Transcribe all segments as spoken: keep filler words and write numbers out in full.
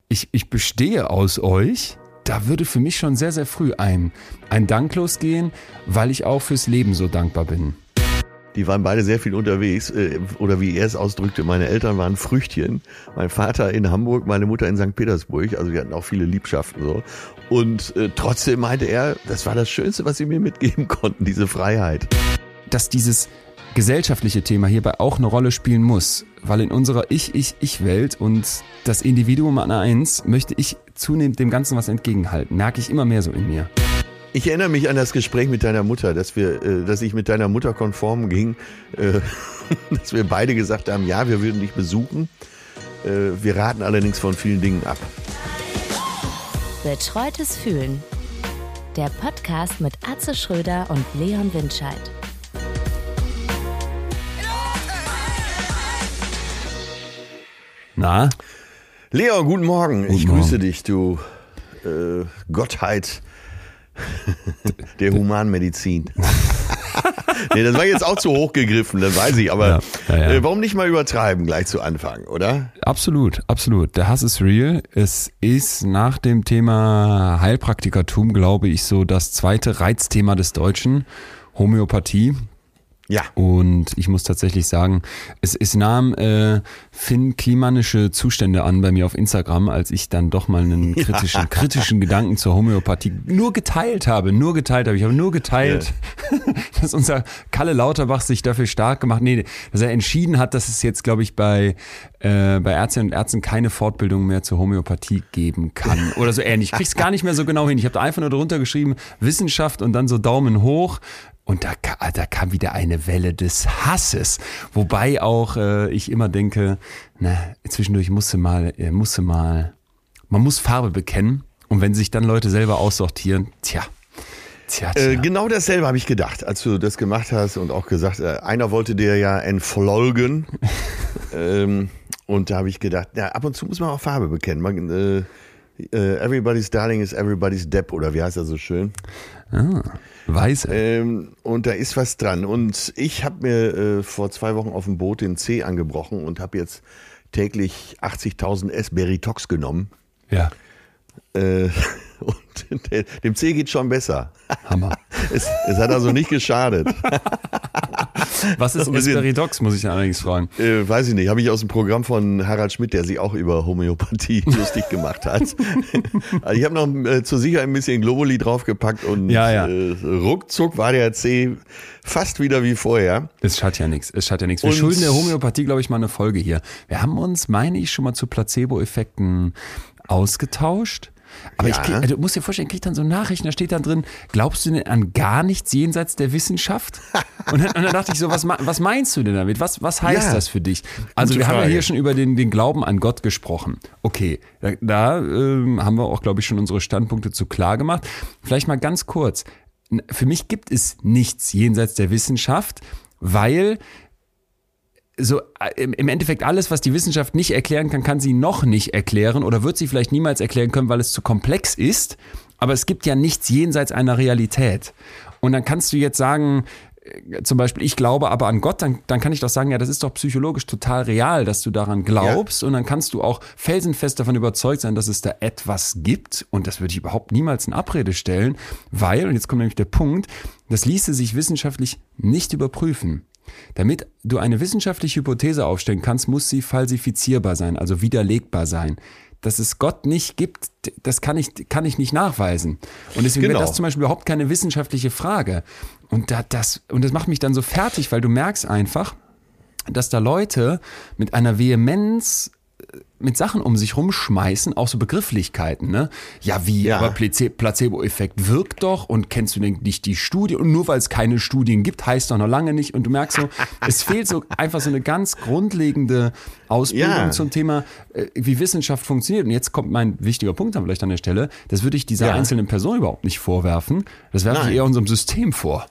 ich, ich bestehe aus euch, da würde für mich schon sehr, sehr früh ein, ein Dank losgehen, weil ich auch fürs Leben so dankbar bin. Die waren beide sehr viel unterwegs, äh, oder wie er es ausdrückte, meine Eltern waren Früchtchen, mein Vater in Hamburg, meine Mutter in Sankt Petersburg, also wir hatten auch viele Liebschaften so. Und äh, trotzdem meinte er, das war das Schönste, was sie mir mitgeben konnten, diese Freiheit. Dass dieses gesellschaftliche Thema hierbei auch eine Rolle spielen muss, weil in unserer Ich-Ich-Ich-Welt und das Individuum an eins möchte ich zunehmend dem Ganzen was entgegenhalten, merke ich immer mehr so in mir. Ich erinnere mich an das Gespräch mit deiner Mutter, dass wir, äh, dass ich mit deiner Mutter konform ging, äh, dass wir beide gesagt haben, ja, wir würden dich besuchen. Äh, wir raten allerdings von vielen Dingen ab. Betreutes Fühlen. Der Podcast mit Atze Schröder und Leon Windscheid. Na? Leon, guten Morgen. Guten ich Morgen. grüße dich, du äh, Gottheit der Humanmedizin. Nee, das war jetzt auch zu hoch gegriffen, das weiß ich, aber Ja, ja, ja. Äh, warum nicht mal übertreiben gleich zu Anfang, oder? Absolut, absolut. Der Hass ist real. Es ist nach dem Thema Heilpraktikertum, glaube ich, so das zweite Reizthema des Deutschen, Homöopathie. Ja. Und ich muss tatsächlich sagen, es, es nahm äh, finn-klimanische Zustände an bei mir auf Instagram, als ich dann doch mal einen kritischen, ja. kritischen Gedanken zur Homöopathie nur geteilt habe, nur geteilt habe. Ich habe nur geteilt, ja. dass unser Kalle Lauterbach sich dafür stark gemacht, nee, dass er entschieden hat, dass es jetzt, glaube ich, bei, äh, bei Ärztinnen und Ärzten keine Fortbildung mehr zur Homöopathie geben kann oder so ähnlich. Ich krieg's gar nicht mehr so genau hin. Ich habe da einfach nur drunter geschrieben, Wissenschaft und dann so Daumen hoch. Und da, da kam wieder eine Welle des Hasses, wobei auch äh, ich immer denke, na, zwischendurch musste mal, äh, musste mal, man muss Farbe bekennen und wenn sich dann Leute selber aussortieren, tja, tja, tja. Äh, genau dasselbe habe ich gedacht, als du das gemacht hast und auch gesagt, äh, einer wollte dir ja entfolgen ähm, und da habe ich gedacht, ja, ab und zu muss man auch Farbe bekennen. Man, äh, äh, everybody's darling is everybody's Depp oder wie heißt das so schön? Ah, Weiße. Ähm, und da ist was dran. Und ich habe mir äh, vor zwei Wochen auf dem Boot den Zeh angebrochen und habe jetzt täglich achtzigtausend S-Beritox genommen. Ja. Äh, und der, dem Zeh geht schon besser. Hammer. Es, es hat also nicht geschadet. Was ist Esperidox, muss ich allerdings fragen. Äh, weiß ich nicht, habe ich aus dem Programm von Harald Schmidt, der sich auch über Homöopathie lustig gemacht hat. Also ich habe noch äh, zur Sicherheit ein bisschen Globuli draufgepackt und ja, ja. Äh, ruckzuck war der Zeh fast wieder wie vorher. Es schadet ja nichts, es schadet ja nichts. Wir Und schulden der Homöopathie, glaube ich, mal eine Folge hier. Wir haben uns, meine ich, schon mal zu Placebo-Effekten ausgetauscht. Aber Ja. ich krieg, also du musst dir vorstellen, ich krieg dann so Nachrichten, da steht dann drin, glaubst du denn an gar nichts jenseits der Wissenschaft? Und dann, und dann dachte ich so, was, was meinst du denn damit? Was, was heißt Ja. das für dich? Also Gute wir haben ja Frage. hier schon über den, den Glauben an Gott gesprochen. Okay, da, da ähm, haben wir auch, glaube ich, schon unsere Standpunkte zu klar gemacht. Vielleicht mal ganz kurz. Für mich gibt es nichts jenseits der Wissenschaft, weil so im im Endeffekt alles, was die Wissenschaft nicht erklären kann, kann sie noch nicht erklären oder wird sie vielleicht niemals erklären können, weil es zu komplex ist. Aber es gibt ja nichts jenseits einer Realität. Und dann kannst du jetzt sagen, äh, zum Beispiel, ich glaube aber an Gott, dann, dann kann ich doch sagen, ja, das ist doch psychologisch total real, dass du daran glaubst. Ja. Und dann kannst du auch felsenfest davon überzeugt sein, dass es da etwas gibt. Und das würde ich überhaupt niemals in Abrede stellen, weil, und jetzt kommt nämlich der Punkt, das ließe sich wissenschaftlich nicht überprüfen. Damit du eine wissenschaftliche Hypothese aufstellen kannst, muss sie falsifizierbar sein, also widerlegbar sein. Dass es Gott nicht gibt, das kann ich, kann ich nicht nachweisen. Und deswegen Genau. wäre das zum Beispiel überhaupt keine wissenschaftliche Frage. Und, da, das, und das macht mich dann so fertig, weil du merkst einfach, dass da Leute mit einer Vehemenz mit Sachen um sich rumschmeißen, auch so Begrifflichkeiten, ne? Ja, wie, Ja. aber Place- Placebo-Effekt wirkt doch und kennst du denn nicht die Studie? Und nur weil es keine Studien gibt, heißt doch noch lange nicht. Und du merkst so, es fehlt so einfach so eine ganz grundlegende Ausbildung Ja. zum Thema, äh, wie Wissenschaft funktioniert. Und jetzt kommt mein wichtiger Punkt dann vielleicht an der Stelle. Das würde ich dieser Ja. einzelnen Person überhaupt nicht vorwerfen. Das werfe ich Nein. eher unserem System vor.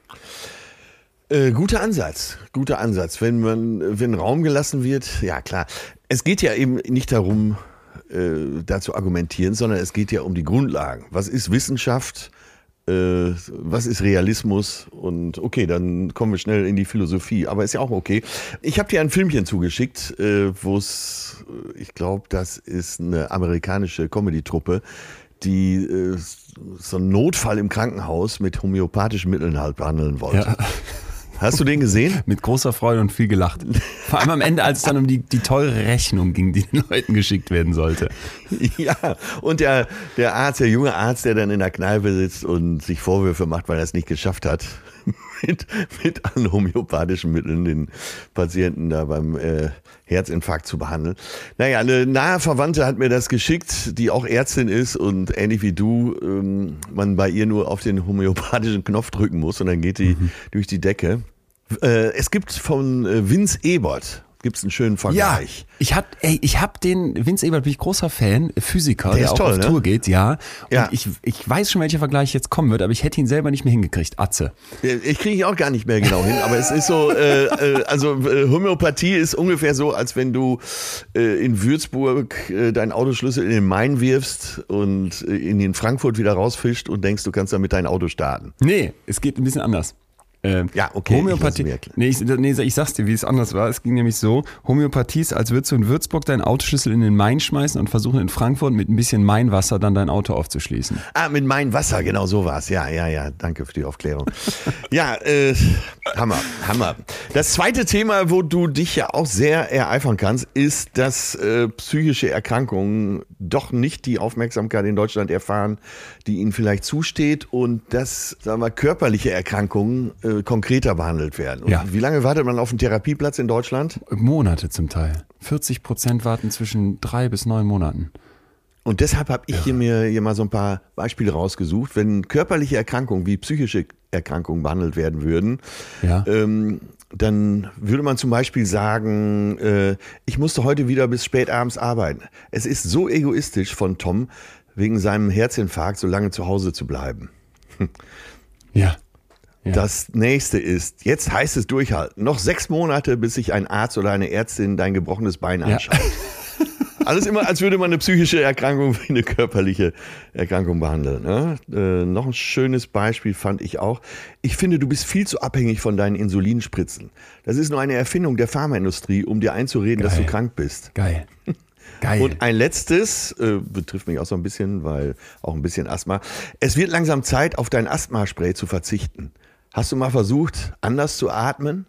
Äh, guter Ansatz, guter Ansatz. Wenn man, wenn Raum gelassen wird, ja klar. Es geht ja eben nicht darum, äh, da zu argumentieren, sondern es geht ja um die Grundlagen. Was ist Wissenschaft? Äh, was ist Realismus? Und okay, dann kommen wir schnell in die Philosophie, aber ist ja auch okay. Ich habe dir ein Filmchen zugeschickt, äh, wo es, ich glaube, das ist eine amerikanische Comedy-Truppe, die äh, so einen Notfall im Krankenhaus mit homöopathischen Mitteln halt behandeln wollte. Ja. Hast du den gesehen? Mit großer Freude und viel gelacht. Vor allem am Ende, als es dann um die, die teure Rechnung ging, die den Leuten geschickt werden sollte. Ja, und der, der Arzt, der junge Arzt, der dann in der Kneipe sitzt und sich Vorwürfe macht, weil er es nicht geschafft hat, mit, mit an homöopathischen Mitteln den Patienten da beim äh, Herzinfarkt zu behandeln. Naja, eine nahe Verwandte hat mir das geschickt, die auch Ärztin ist und ähnlich wie du, ähm, man bei ihr nur auf den homöopathischen Knopf drücken muss und dann geht die mhm. durch die Decke. Äh, es gibt von äh, Vince Ebert, gibt's einen schönen Vergleich. Ja, ich hab, ey, ich hab den, Vince Ebert bin ich großer Fan, Physiker, der, der auch toll, auf ne? Tour geht, ja. Und ja. ich, ich weiß schon, welcher Vergleich jetzt kommen wird, aber ich hätte ihn selber nicht mehr hingekriegt, Atze. Ich kriege ihn auch gar nicht mehr genau hin, aber es ist so, äh, äh, also äh, Homöopathie ist ungefähr so, als wenn du äh, in Würzburg äh, deinen Autoschlüssel in den Main wirfst und äh, in den Frankfurt wieder rausfischt und denkst, du kannst damit dein Auto starten. Nee, es geht ein bisschen anders. Ähm, ja, okay. Homöopathie. Ich nee, ich, nee, ich sag's dir, wie es anders war. Es ging nämlich so: Homöopathie ist, als würdest du in Würzburg deinen Autoschlüssel in den Main schmeißen und versuchen in Frankfurt mit ein bisschen Mainwasser dann dein Auto aufzuschließen. Ah, mit Mainwasser, genau so war's. Ja, ja, ja. Danke für die Aufklärung. ja, äh, Hammer, Hammer. Das zweite Thema, wo du dich ja auch sehr ereifern kannst, ist, dass äh, psychische Erkrankungen doch nicht die Aufmerksamkeit in Deutschland erfahren, die ihnen vielleicht zusteht und dass, sagen wir, körperliche Erkrankungen äh, konkreter behandelt werden. Und ja. Wie lange wartet man auf einen Therapieplatz in Deutschland? Monate zum Teil. vierzig Prozent warten zwischen drei bis neun Monaten. Und deshalb habe ich hier mir hier mal so ein paar Beispiele rausgesucht. Wenn körperliche Erkrankungen wie psychische Erkrankungen behandelt werden würden, ja. ähm, dann würde man zum Beispiel sagen, äh, ich musste heute wieder bis spät abends arbeiten. Es ist so egoistisch von Tom, wegen seinem Herzinfarkt so lange zu Hause zu bleiben. Ja. Ja. Das nächste ist, jetzt heißt es durchhalten. Noch sechs Monate, bis sich ein Arzt oder eine Ärztin dein gebrochenes Bein anschaut. Ja. Alles immer, als würde man eine psychische Erkrankung wie eine körperliche Erkrankung behandeln. Ne? Äh, noch ein schönes Beispiel fand ich auch. Ich finde, du bist viel zu abhängig von deinen Insulinspritzen. Das ist nur eine Erfindung der Pharmaindustrie, um dir einzureden, Geil. dass du krank bist. Geil. Geil. Und ein letztes, äh, betrifft mich auch so ein bisschen, weil auch ein bisschen Asthma. Es wird langsam Zeit, auf dein Asthmaspray zu verzichten. Hast du mal versucht, anders zu atmen?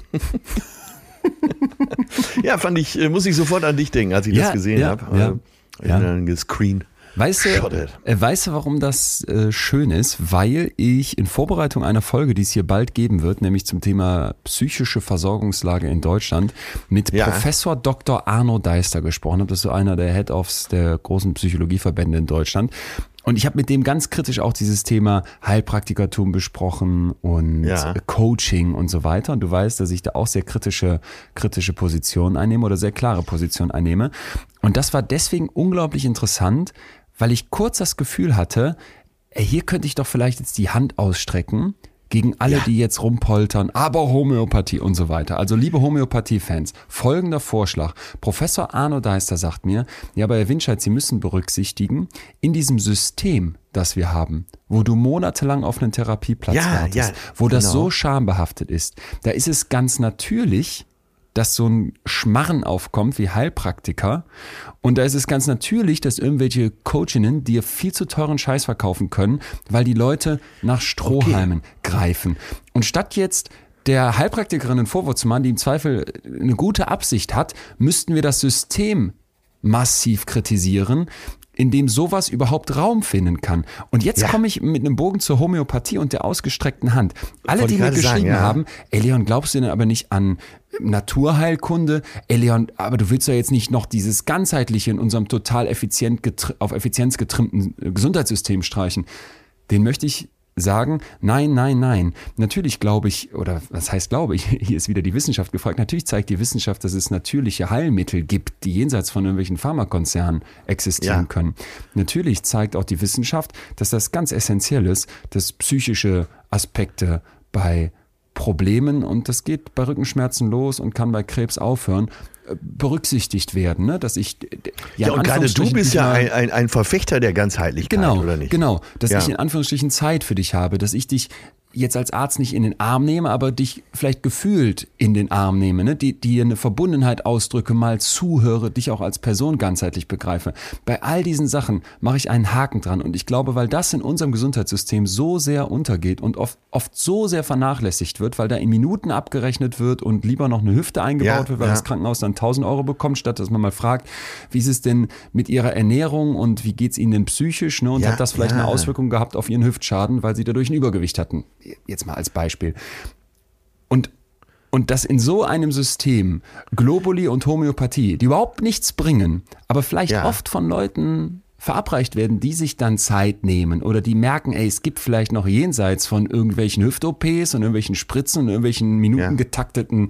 ja, fand ich, muss ich sofort an dich denken, als ich ja, das gesehen ja, habe. Ja, äh, ja. Dann gescreen. Weißt du, äh, weißt du, warum das äh, schön ist? Weil ich in Vorbereitung einer Folge, die es hier bald geben wird, nämlich zum Thema psychische Versorgungslage in Deutschland, mit ja. Professor Doktor Arno Deister gesprochen habe. Das ist so einer der Head-Offs der großen Psychologieverbände in Deutschland. Und ich habe mit dem ganz kritisch auch dieses Thema Heilpraktikertum besprochen und ja. Coaching und so weiter. Und du weißt, dass ich da auch sehr kritische, kritische Positionen einnehme oder sehr klare Positionen einnehme. Und das war deswegen unglaublich interessant, weil ich kurz das Gefühl hatte, ey, hier könnte ich doch vielleicht jetzt die Hand ausstrecken gegen alle, ja. die jetzt rumpoltern, aber Homöopathie und so weiter. Also liebe Homöopathie-Fans, folgender Vorschlag. Professor Arno Deister sagt mir, ja, aber Herr Winscheid, Sie müssen berücksichtigen, in diesem System, das wir haben, wo du monatelang auf einen Therapieplatz ja, wartest, ja, wo genau. das so schambehaftet ist, da ist es ganz natürlich, dass so ein Schmarren aufkommt wie Heilpraktiker. Und da ist es ganz natürlich, dass irgendwelche Coachinnen dir viel zu teuren Scheiß verkaufen können, weil die Leute nach Strohhalmen okay. greifen. Und statt jetzt der Heilpraktikerin einen Vorwurf zu machen, die im Zweifel eine gute Absicht hat, müssten wir das System massiv kritisieren, in dem sowas überhaupt Raum finden kann. Und jetzt ja. komme ich mit einem Bogen zur Homöopathie und der ausgestreckten Hand. Alle, die mir geschrieben sagen, ja. haben, ey Leon, glaubst du denn aber nicht an Naturheilkunde? Ey Leon, aber du willst ja jetzt nicht noch dieses ganzheitliche in unserem total effizient getr- auf Effizienz getrimmten Gesundheitssystem streichen. Den möchte ich sagen, nein, nein, nein. Natürlich glaube ich, oder was heißt glaube ich, hier ist wieder die Wissenschaft gefragt, natürlich zeigt die Wissenschaft, dass es natürliche Heilmittel gibt, die jenseits von irgendwelchen Pharmakonzernen existieren ja. können. Natürlich zeigt auch die Wissenschaft, dass das ganz essentiell ist, dass psychische Aspekte bei Problemen, und das geht bei Rückenschmerzen los und kann bei Krebs aufhören, berücksichtigt werden, ne? Dass ich ja, ja und gerade du bist ja ein, ein, ein Verfechter der Ganzheitlichkeit, genau, oder nicht? Genau, dass ja. ich in Anführungsstrichen Zeit für dich habe, dass ich dich jetzt als Arzt nicht in den Arm nehme, aber dich vielleicht gefühlt in den Arm nehme, ne? die, die eine Verbundenheit ausdrücke, mal zuhöre, dich auch als Person ganzheitlich begreife. Bei all diesen Sachen mache ich einen Haken dran und ich glaube, weil das in unserem Gesundheitssystem so sehr untergeht und oft, oft so sehr vernachlässigt wird, weil da in Minuten abgerechnet wird und lieber noch eine Hüfte eingebaut ja, wird, weil ja. das Krankenhaus dann tausend Euro bekommt, statt dass man mal fragt, wie ist es denn mit ihrer Ernährung und wie geht's ihnen denn psychisch, ne? Und ja, hat das vielleicht ja. eine Auswirkung gehabt auf ihren Hüftschaden, weil sie dadurch ein Übergewicht hatten. Jetzt mal als Beispiel. Und, und dass in so einem System Globuli und Homöopathie, die überhaupt nichts bringen, aber vielleicht ja. oft von Leuten verabreicht werden, die sich dann Zeit nehmen oder die merken, ey, es gibt vielleicht noch jenseits von irgendwelchen Hüft-O Ps und irgendwelchen Spritzen und irgendwelchen minutengetakteten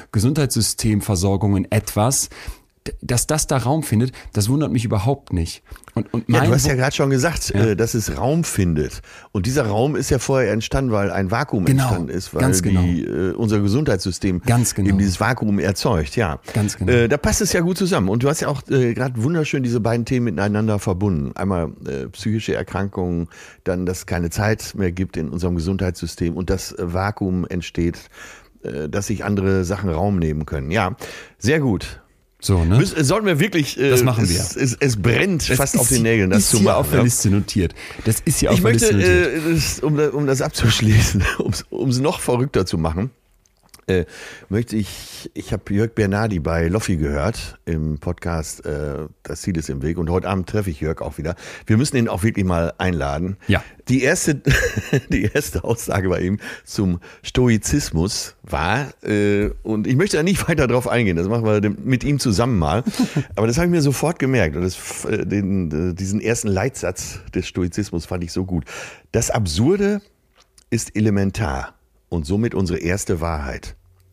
Gesundheitssystemversorgungen etwas, dass das da Raum findet, das wundert mich überhaupt nicht. Und, und ja, mein du hast ja gerade schon gesagt, ja. äh, dass es Raum findet. Und dieser Raum ist ja vorher entstanden, weil ein Vakuum genau, entstanden ist, weil ganz genau. die, äh, unser Gesundheitssystem ganz genau. eben dieses Vakuum erzeugt. Ja, ganz genau. Äh, da passt es ja gut zusammen. Und du hast ja auch äh, gerade wunderschön diese beiden Themen miteinander verbunden. Einmal äh, psychische Erkrankungen, dann, dass es keine Zeit mehr gibt in unserem Gesundheitssystem und das äh, Vakuum entsteht, äh, dass sich andere Sachen Raum nehmen können. Ja, sehr gut. So, ne? Müssen, sollten wir wirklich, äh, das machen wir. Es, es, es brennt das fast ist, auf den Nägeln, das ist zu hier machen. auf der Liste notiert. Das ist hier auf ich der möchte, Liste notiert. Äh, das, um, um das abzuschließen, um es noch verrückter zu machen, äh, möchte ich, ich habe Jörg Bernardi bei Loffi gehört im Podcast äh, Das Ziel ist im Weg und heute Abend treffe ich Jörg auch wieder. Wir müssen ihn auch wirklich mal einladen. Ja. Die erste, die erste Aussage bei ihm zum Stoizismus war, äh, und ich möchte da nicht weiter drauf eingehen, das machen wir mit ihm zusammen mal, aber das habe ich mir sofort gemerkt und das, äh, den, diesen ersten Leitsatz des Stoizismus fand ich so gut. Das Absurde ist elementar und somit unsere erste Wahrheit.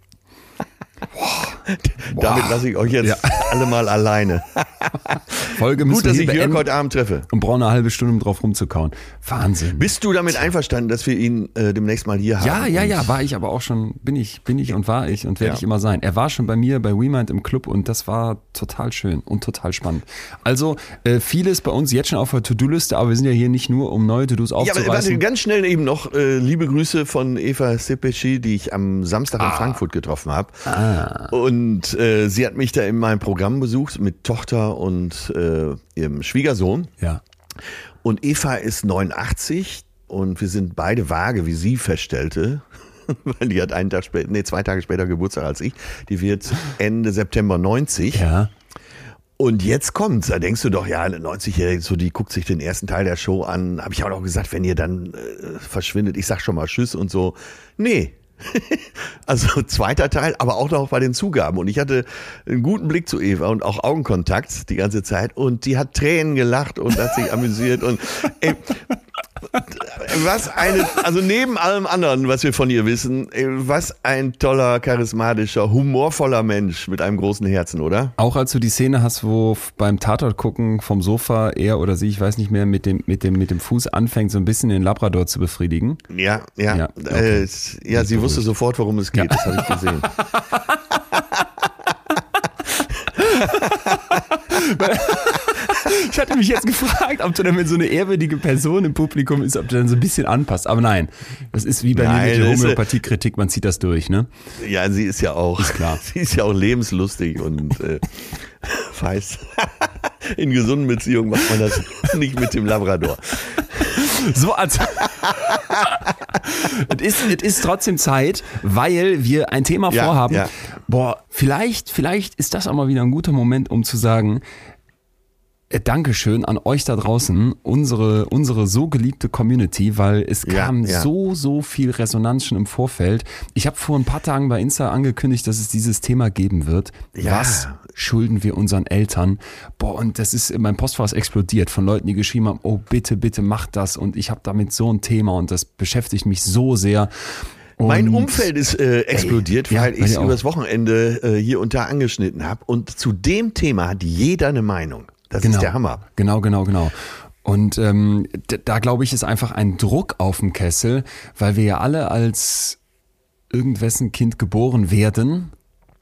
Damit lasse ich euch jetzt ja. alle mal alleine. Folge Gut, dass ich Jörg heute Abend treffe. Und brauche eine halbe Stunde, um drauf rumzukauen. Wahnsinn. Bist du damit einverstanden, dass wir ihn äh, demnächst mal hier haben? Ja, ja, ja, war ich aber auch schon, bin ich, bin ich und war ich und werde ja. ich immer sein. Er war schon bei mir bei WeMind im Club und das war total schön und total spannend. Also äh, vieles bei uns jetzt schon auf der To-Do-Liste, aber wir sind ja hier nicht nur, um neue To-Dos aufzureißen. Ja, aber warte, ganz schnell eben noch äh, liebe Grüße von Eva Sepeschi, die ich am Samstag in ah. Frankfurt getroffen habe. Ah. Und äh, sie hat mich da in meinem Programm besucht mit Tochter und äh, ihrem Schwiegersohn. Ja. Und Eva ist neunundachtzig und wir sind beide vage, wie sie feststellte. Weil die hat einen Tag später, nee, zwei Tage später Geburtstag als ich. Die wird Ende September neunzig. Ja. Und jetzt kommt's, da denkst du doch, ja, eine neunzigjährige, so, die guckt sich den ersten Teil der Show an. Habe ich auch noch gesagt, wenn ihr dann äh, verschwindet, ich sag schon mal Tschüss und so. Nee. Also zweiter Teil, aber auch noch bei den Zugaben. Und ich hatte einen guten Blick zu Eva und auch Augenkontakt die ganze Zeit. Und die hat Tränen gelacht und hat sich amüsiert. Und ey, was eine, also neben allem anderen, was wir von ihr wissen, ey, was ein toller, charismatischer, humorvoller Mensch mit einem großen Herzen, oder? Auch als du die Szene hast, wo beim Tatort gucken vom Sofa er oder sie, ich weiß nicht mehr, mit dem, mit dem, mit dem Fuß anfängt, so ein bisschen den Labrador zu befriedigen. Ja, ja. Ja, äh, okay. ja sie wusste sofort, worum es geht, ja. Das habe ich gesehen. Ich hatte mich jetzt gefragt, ob du dann, wenn so eine ehrwürdige Person im Publikum ist, ob du dann so ein bisschen anpasst. Aber nein, das ist wie bei nein, mir mit der Homöopathiekritik, man zieht das durch, ne? Ja, sie ist ja auch, ist klar. Sie ist ja auch lebenslustig und äh, weiß, in gesunden Beziehungen macht man das nicht mit dem Labrador. So als es ist, es ist trotzdem Zeit, weil wir ein Thema ja, vorhaben. Ja. Boah, vielleicht, vielleicht ist das auch mal wieder ein guter Moment, um zu sagen, äh, Dankeschön an euch da draußen, unsere, unsere so geliebte Community, weil es ja, kam ja. so, so viel Resonanz schon im Vorfeld. Ich habe vor ein paar Tagen bei Insta angekündigt, dass es dieses Thema geben wird. Ja. Was schulden wir unseren Eltern? Boah, und das ist, mein Postfach ist explodiert von Leuten, die geschrieben haben, oh bitte, bitte macht das und ich habe damit so ein Thema und das beschäftigt mich so sehr. Und mein Umfeld ist äh, explodiert, ey, weil ja, ich es auch. übers Wochenende äh, hier und da angeschnitten habe und zu dem Thema hat jeder eine Meinung. Das genau, ist der Hammer. Genau, genau, genau. Und ähm, da, da glaube ich, ist einfach ein Druck auf dem Kessel, weil wir ja alle als irgendwessen Kind geboren werden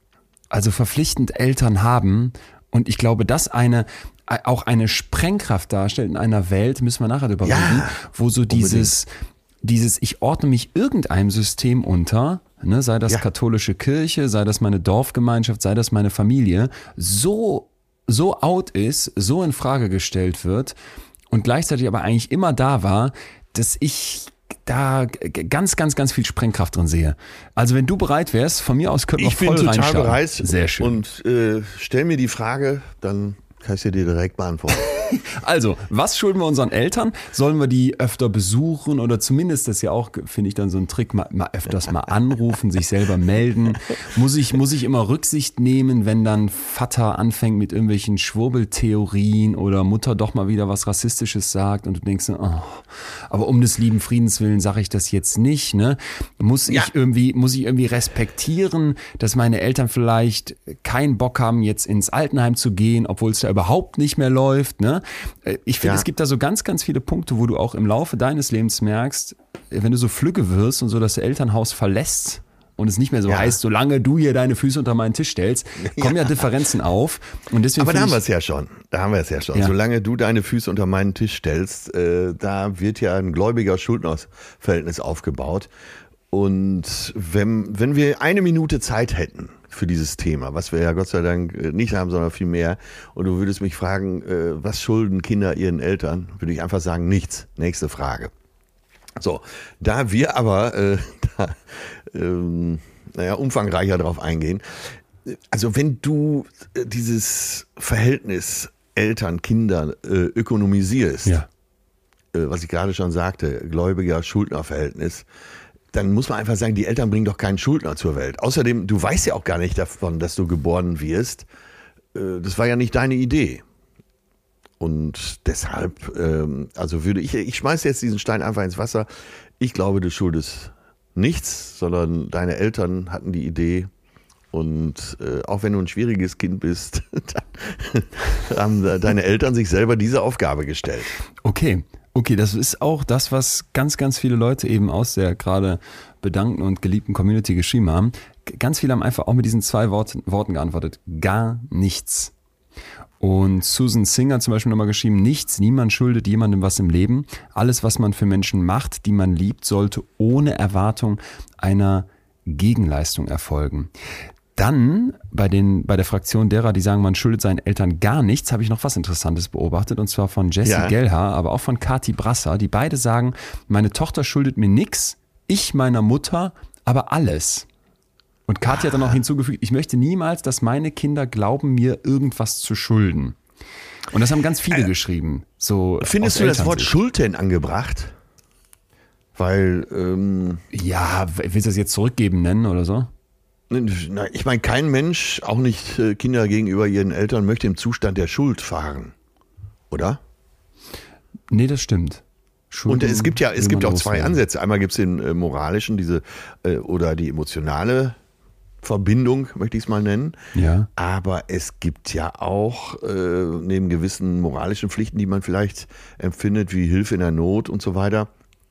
also verpflichtend Eltern haben. Und ich glaube, dass eine auch eine Sprengkraft darstellt in einer Welt, müssen wir nachher drüber Ja, reden, wo so dieses, dieses, ich ordne mich irgendeinem System unter, ne, sei das Ja. katholische Kirche, sei das meine Dorfgemeinschaft, sei das meine Familie, so, so out ist, so in Frage gestellt wird und gleichzeitig aber eigentlich immer da war, dass ich da g- ganz, ganz, ganz viel Sprengkraft drin sehe. Also wenn du bereit wärst, von mir aus könnten wir Ich bin voll total reinstarten. bereit. Sehr schön. Und äh, stell mir die Frage, dann kann ich sie dir direkt beantworten. Also, was schulden wir unseren Eltern? Sollen wir die öfter besuchen oder zumindest, das ist ja auch, finde ich, dann so ein Trick, mal, mal öfters mal anrufen, sich selber melden? Muss ich, muss ich immer Rücksicht nehmen, wenn dann Vater anfängt mit irgendwelchen Schwurbeltheorien oder Mutter doch mal wieder was Rassistisches sagt und du denkst, oh, aber um des lieben Friedens willen sage ich das jetzt nicht, ne? Muss ich Ja. irgendwie, muss ich irgendwie respektieren, dass meine Eltern vielleicht keinen Bock haben, jetzt ins Altenheim zu gehen, obwohl es da überhaupt nicht mehr läuft, ne? Ich finde, Ja. es gibt da so ganz, ganz viele Punkte, wo du auch im Laufe deines Lebens merkst, wenn du so flügge wirst und so das Elternhaus verlässt und es nicht mehr so Ja. heißt, solange du hier deine Füße unter meinen Tisch stellst, kommen ja, Differenzen auf. Und deswegen Aber da haben finde wir ich, es ja schon. Da haben wir es ja schon. Ja. Solange du deine Füße unter meinen Tisch stellst, äh, da wird ja ein gläubiger Schuldnerverhältnis aufgebaut. Und wenn, wenn wir eine Minute Zeit hätten für dieses Thema, was wir ja Gott sei Dank äh, nicht haben, sondern viel mehr, und du würdest mich fragen, äh, was schulden Kinder ihren Eltern, würde ich einfach sagen, nichts. Nächste Frage. So, da wir aber äh, da, ähm, naja, umfangreicher darauf eingehen, also wenn du äh, dieses Verhältnis Eltern-Kinder äh, ökonomisierst, ja. äh, was ich gerade schon sagte, Gläubiger-Schuldner-Verhältnis, dann muss man einfach sagen, die Eltern bringen doch keinen Schuldner zur Welt. Außerdem, du weißt ja auch gar nicht davon, dass du geboren wirst. Äh, das war ja nicht deine Idee. Und deshalb, ähm, also würde ich, ich schmeiße jetzt diesen Stein einfach ins Wasser. Ich glaube, du schuldest nichts, sondern deine Eltern hatten die Idee. Und äh, auch wenn du ein schwieriges Kind bist, dann haben deine Eltern sich selber diese Aufgabe gestellt. Okay, okay, das ist auch das, was ganz, ganz viele Leute eben aus der gerade bedankten und geliebten Community geschrieben haben. Ganz viele haben einfach auch mit diesen zwei Worten, Worten geantwortet. Gar nichts. Und Susan Singer zum Beispiel nochmal geschrieben, nichts, niemand schuldet jemandem was im Leben. Alles, was man für Menschen macht, die man liebt, sollte ohne Erwartung einer Gegenleistung erfolgen. Dann bei, den, bei der Fraktion derer, die sagen, man schuldet seinen Eltern gar nichts, habe ich noch was Interessantes beobachtet, und zwar von Jessie Ja. Gelhaar, aber auch von Kati Brasser, die beide sagen, meine Tochter schuldet mir nichts, ich meiner Mutter aber alles. Und Kathi hat dann noch hinzugefügt, ich möchte niemals, dass meine Kinder glauben, mir irgendwas zu schulden. Und das haben ganz viele geschrieben. So Findest aus du das Wort Elternsicht. Schuld denn angebracht? Weil, ähm, Ja, willst du das jetzt zurückgeben nennen oder so? na, ich meine, kein Mensch, auch nicht äh, Kinder gegenüber ihren Eltern, möchte im Zustand der Schuld fahren. Oder? Nee, das stimmt. Schulden Und es gibt ja, es will gibt man auch zwei loswerden. Ansätze. Einmal gibt es den äh, moralischen, diese äh, oder die emotionale Verbindung, möchte ich es mal nennen. Ja. Aber es gibt ja auch äh, neben gewissen moralischen Pflichten, die man vielleicht empfindet, wie Hilfe in der Not und so weiter,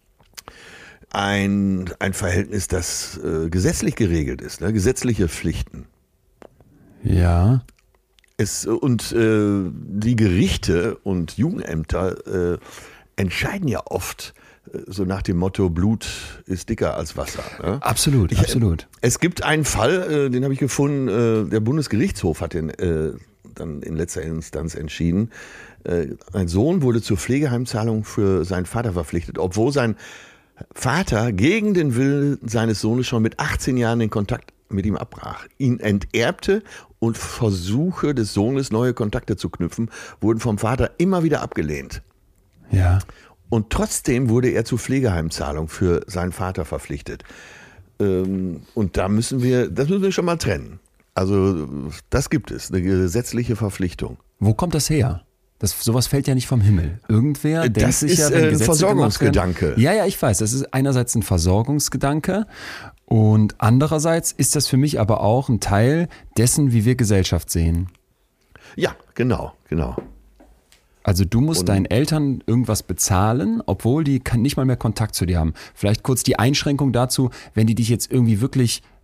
ein, ein Verhältnis, das äh, gesetzlich geregelt ist, ne? Gesetzliche Pflichten. Ja. Es, und äh, die Gerichte und Jugendämter äh, entscheiden ja oft äh, so nach dem Motto, Blut ist dicker als Wasser. Ne? Absolut, Ich, absolut. Es gibt einen Fall, äh, den habe ich gefunden, äh, der Bundesgerichtshof hat den äh, dann in letzter Instanz entschieden. Äh, ein Sohn wurde zur Pflegeheimzahlung für seinen Vater verpflichtet, obwohl sein Vater gegen den Willen seines Sohnes schon mit achtzehn Jahren den Kontakt mit ihm abbrach, ihn enterbte, und Versuche des Sohnes, neue Kontakte zu knüpfen, wurden vom Vater immer wieder abgelehnt. Ja. Und trotzdem wurde er zur Pflegeheimzahlung für seinen Vater verpflichtet. Ähm, Und da müssen wir, das müssen wir schon mal trennen. Also das gibt es, eine gesetzliche Verpflichtung. Wo kommt das her? Das, sowas fällt ja nicht vom Himmel. Irgendwer Das denkt sich ist, ja, äh, wenn ein Gesetze Versorgungsgedanke. gemacht werden- Ja, ja, ich weiß. Das ist einerseits ein Versorgungsgedanke und andererseits ist das für mich aber auch ein Teil dessen, wie wir Gesellschaft sehen. Ja, genau, genau. Also du musst Und- deinen Eltern irgendwas bezahlen, obwohl die kann- nicht mal mehr Kontakt zu dir haben. Vielleicht kurz die Einschränkung dazu, wenn die dich jetzt irgendwie wirklich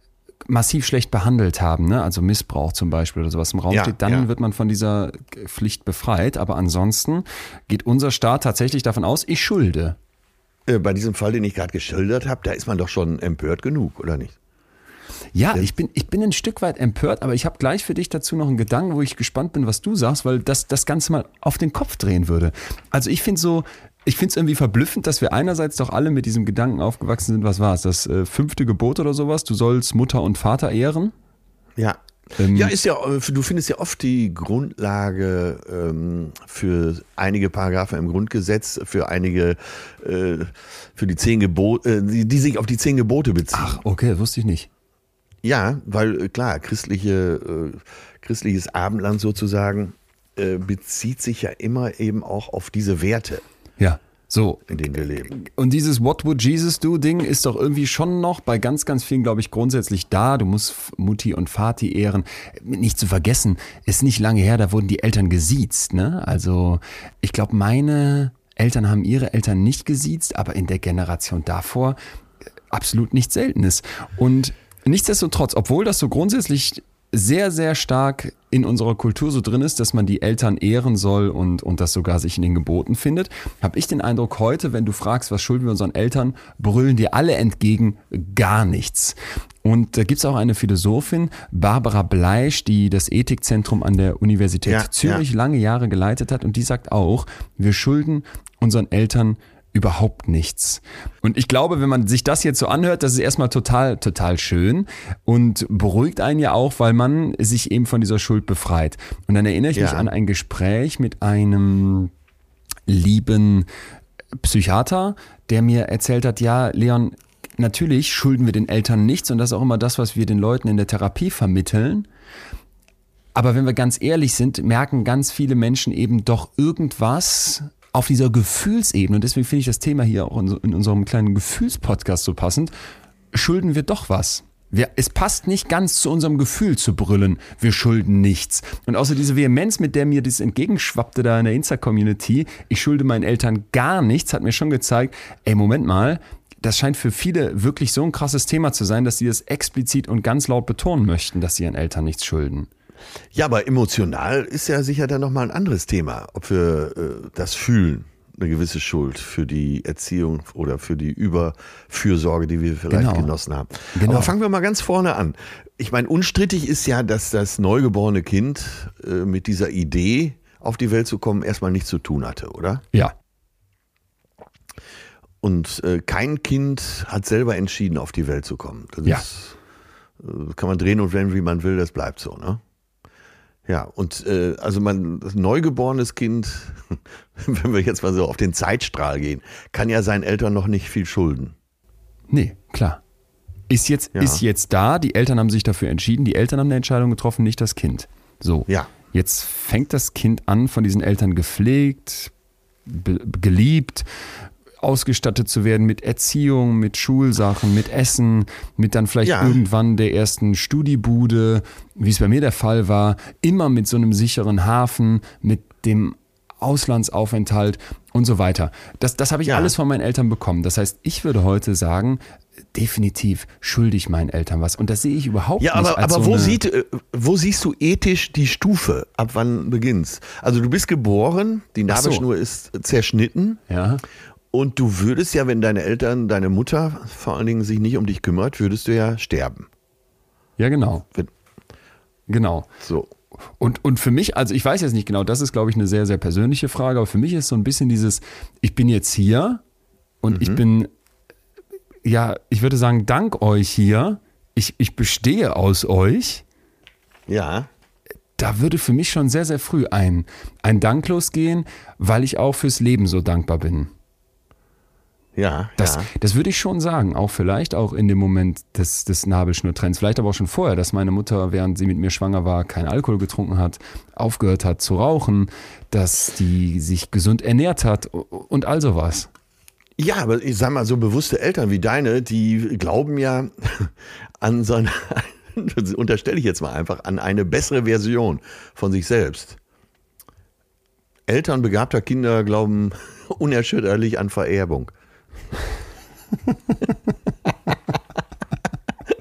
massiv schlecht behandelt haben, ne? Also Missbrauch zum Beispiel oder sowas im Raum Ja, steht, dann ja. wird man von dieser Pflicht befreit. Aber ansonsten geht unser Staat tatsächlich davon aus, ich schulde. Äh, Bei diesem Fall, den ich gerade geschildert habe, da ist man doch schon empört genug, oder nicht? Ja, ich bin, ich bin ein Stück weit empört, aber ich habe gleich für dich dazu noch einen Gedanken, wo ich gespannt bin, was du sagst, weil das das Ganze mal auf den Kopf drehen würde. Also ich finde so, ich finde es irgendwie verblüffend, dass wir einerseits doch alle mit diesem Gedanken aufgewachsen sind, was war es, das äh, fünfte Gebot oder sowas, du sollst Mutter und Vater ehren. Ja. Ähm, Ja, ist ja, du findest ja oft die Grundlage ähm, für einige Paragraphen im Grundgesetz, für einige, äh, für die zehn Gebote, äh, die, die sich auf die zehn Gebote beziehen. Ach, okay, das wusste ich nicht. Ja, weil äh, klar, christliche, äh, christliches Abendland sozusagen äh, bezieht sich ja immer eben auch auf diese Werte, Ja, so. in denen wir leben. Und dieses What would Jesus do Ding ist doch irgendwie schon noch bei ganz, ganz vielen, glaube ich, grundsätzlich da. Du musst Mutti und Vati ehren. Nicht zu vergessen, ist nicht lange her, da wurden die Eltern gesiezt, ne? Also ich glaube, meine Eltern haben ihre Eltern nicht gesiezt, aber in der Generation davor absolut nichts Seltenes. Und nichtsdestotrotz, obwohl das so grundsätzlich sehr, sehr stark in unserer Kultur so drin ist, dass man die Eltern ehren soll und, und das sogar sich in den Geboten findet, habe ich den Eindruck heute, wenn du fragst, was schulden wir unseren Eltern, brüllen dir alle entgegen gar nichts. Und da gibt es auch eine Philosophin, Barbara Bleisch, die das Ethikzentrum an der Universität Ja, Zürich ja. lange Jahre geleitet hat, und die sagt auch, wir schulden unseren Eltern überhaupt nichts. Und ich glaube, wenn man sich das jetzt so anhört, das ist erstmal total, total schön und beruhigt einen ja auch, weil man sich eben von dieser Schuld befreit. Und dann erinnere ich Ja. mich an ein Gespräch mit einem lieben Psychiater, der mir erzählt hat, ja, Leon, natürlich schulden wir den Eltern nichts, und das ist auch immer das, was wir den Leuten in der Therapie vermitteln. Aber wenn wir ganz ehrlich sind, merken ganz viele Menschen eben doch irgendwas auf dieser Gefühlsebene, und deswegen finde ich das Thema hier auch in unserem kleinen Gefühlspodcast so passend, schulden wir doch was. Wir, es passt nicht ganz zu unserem Gefühl zu brüllen, wir schulden nichts. Und außer diese Vehemenz, mit der mir das entgegenschwappte da in der Insta-Community, ich schulde meinen Eltern gar nichts, hat mir schon gezeigt, ey, Moment mal, das scheint für viele wirklich so ein krasses Thema zu sein, dass sie das explizit und ganz laut betonen möchten, dass sie ihren Eltern nichts schulden. Ja, aber emotional ist ja sicher dann nochmal ein anderes Thema, ob wir äh, das fühlen, eine gewisse Schuld für die Erziehung oder für die Überfürsorge, die wir vielleicht Genau. genossen haben. Genau. Aber fangen wir mal ganz vorne an. Ich meine, unstrittig ist ja, dass das neugeborene Kind äh, mit dieser Idee, auf die Welt zu kommen, erstmal nichts zu tun hatte, oder? Ja. Und äh, kein Kind hat selber entschieden, auf die Welt zu kommen. Das Ja. ist, äh, kann man drehen und wenden, wie man will, das bleibt so, ne? Ja, und äh, also man, das neugeborenes Kind, wenn wir jetzt mal so auf den Zeitstrahl gehen, kann ja seinen Eltern noch nicht viel schulden. Nee, klar. Ist jetzt, Ja. ist jetzt da, die Eltern haben sich dafür entschieden, die Eltern haben eine Entscheidung getroffen, nicht das Kind. So, Ja. jetzt fängt das Kind an, von diesen Eltern gepflegt, be- geliebt, ausgestattet zu werden mit Erziehung, mit Schulsachen, mit Essen, mit dann vielleicht Ja. irgendwann der ersten Studiebude, wie es bei mir der Fall war, immer mit so einem sicheren Hafen, mit dem Auslandsaufenthalt und so weiter. Das, das habe ich Ja. alles von meinen Eltern bekommen. Das heißt, ich würde heute sagen, definitiv schulde ich meinen Eltern was. Und das sehe ich überhaupt Ja, nicht aber, als aber so wo, eine, sieht, äh, wo siehst du ethisch die Stufe? Ab wann beginnst? Also du bist geboren, die Ach so. Nabelschnur ist zerschnitten. Ja, Und du würdest ja, wenn deine Eltern, deine Mutter vor allen Dingen sich nicht um dich kümmert, würdest du ja sterben. ja genau. Wenn- Genau. So. Und, und für mich, also ich weiß jetzt nicht genau, das ist, glaube ich, eine sehr, sehr persönliche Frage, aber für mich ist so ein bisschen dieses, ich bin jetzt hier und ich bin, ja, ich würde sagen, dank euch hier, ich, ich bestehe aus euch, Ja. da würde für mich schon sehr, sehr früh ein, ein Dank losgehen, weil ich auch fürs Leben so dankbar bin. Ja. Das, ja. das würde ich schon sagen, auch vielleicht auch in dem Moment des, des Nabelschnurtrends, vielleicht aber auch schon vorher, dass meine Mutter, während sie mit mir schwanger war, keinen Alkohol getrunken hat, aufgehört hat zu rauchen, dass die sich gesund ernährt hat und all sowas. Ja, aber ich sag mal, so bewusste Eltern wie deine, die glauben ja an so eine, das unterstelle ich jetzt mal einfach, an eine bessere Version von sich selbst. Eltern begabter Kinder glauben unerschütterlich an Vererbung.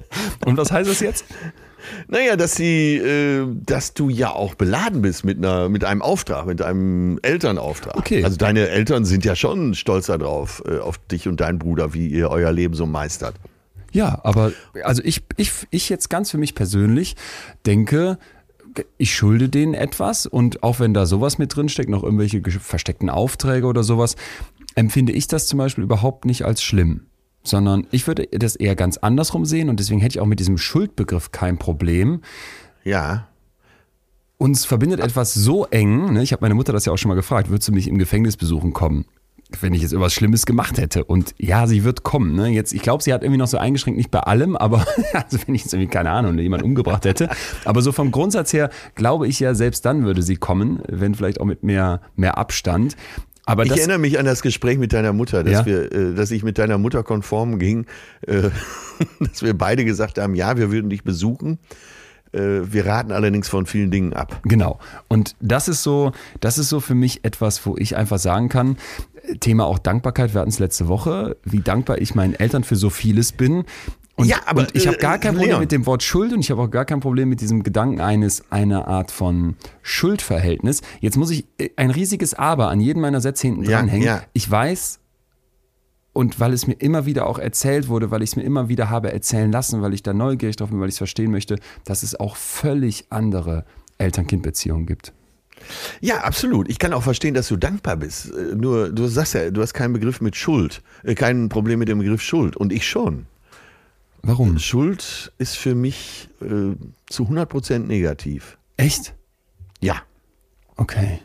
Und was heißt das jetzt? Naja, dass sie, äh, dass du ja auch beladen bist mit einer, mit einem Auftrag, mit einem Elternauftrag. Okay. Also deine Eltern sind ja schon stolz darauf, äh, auf dich und deinen Bruder, wie ihr euer Leben so meistert. Ja, aber also ich, ich, ich jetzt ganz für mich persönlich denke, ich schulde denen etwas und auch wenn da sowas mit drinsteckt, noch irgendwelche versteckten Aufträge oder sowas, empfinde ich das zum Beispiel überhaupt nicht als schlimm. Sondern ich würde das eher ganz andersrum sehen und deswegen hätte ich auch mit diesem Schuldbegriff kein Problem. Ja. Uns verbindet etwas so eng, ne? Ich habe meine Mutter das ja auch schon mal gefragt, würdest du mich im Gefängnis besuchen kommen, wenn ich jetzt irgendwas Schlimmes gemacht hätte? Und ja, sie wird kommen. Ne? Jetzt, ich glaube, sie hat irgendwie noch so eingeschränkt, nicht bei allem, aber also wenn ich jetzt irgendwie, keine Ahnung, jemand umgebracht hätte. Aber so vom Grundsatz her glaube ich ja, selbst dann würde sie kommen, wenn vielleicht auch mit mehr, mehr Abstand. Aber ich das, erinnere mich an das Gespräch mit deiner Mutter, dass, ja? wir, äh, dass ich mit deiner Mutter konform ging, äh, dass wir beide gesagt haben, ja, wir würden dich besuchen. Äh, wir raten allerdings von vielen Dingen ab. Genau. Und das ist so, das ist so für mich etwas, wo ich einfach sagen kann, Thema auch Dankbarkeit, wir hatten es letzte Woche, wie dankbar ich meinen Eltern für so vieles bin. Und, ja, aber, und ich habe gar kein Problem Leon. mit dem Wort Schuld und ich habe auch gar kein Problem mit diesem Gedanken eines einer Art von Schuldverhältnis. Jetzt muss ich ein riesiges Aber an jedem meiner Sätze hinten Ja, dranhängen. ja. Ich weiß, und weil es mir immer wieder auch erzählt wurde, weil ich es mir immer wieder habe erzählen lassen, weil ich da neugierig drauf bin, weil ich es verstehen möchte, dass es auch völlig andere Eltern-Kind-Beziehungen gibt. Ja, absolut. Ich kann auch verstehen, dass du dankbar bist. Äh, Nur, du sagst ja, du hast keinen Begriff mit Schuld, äh, kein Problem mit dem Begriff Schuld. Und ich schon. Warum? Schuld ist für mich äh, zu hundert Prozent negativ. Echt? Ja. Okay.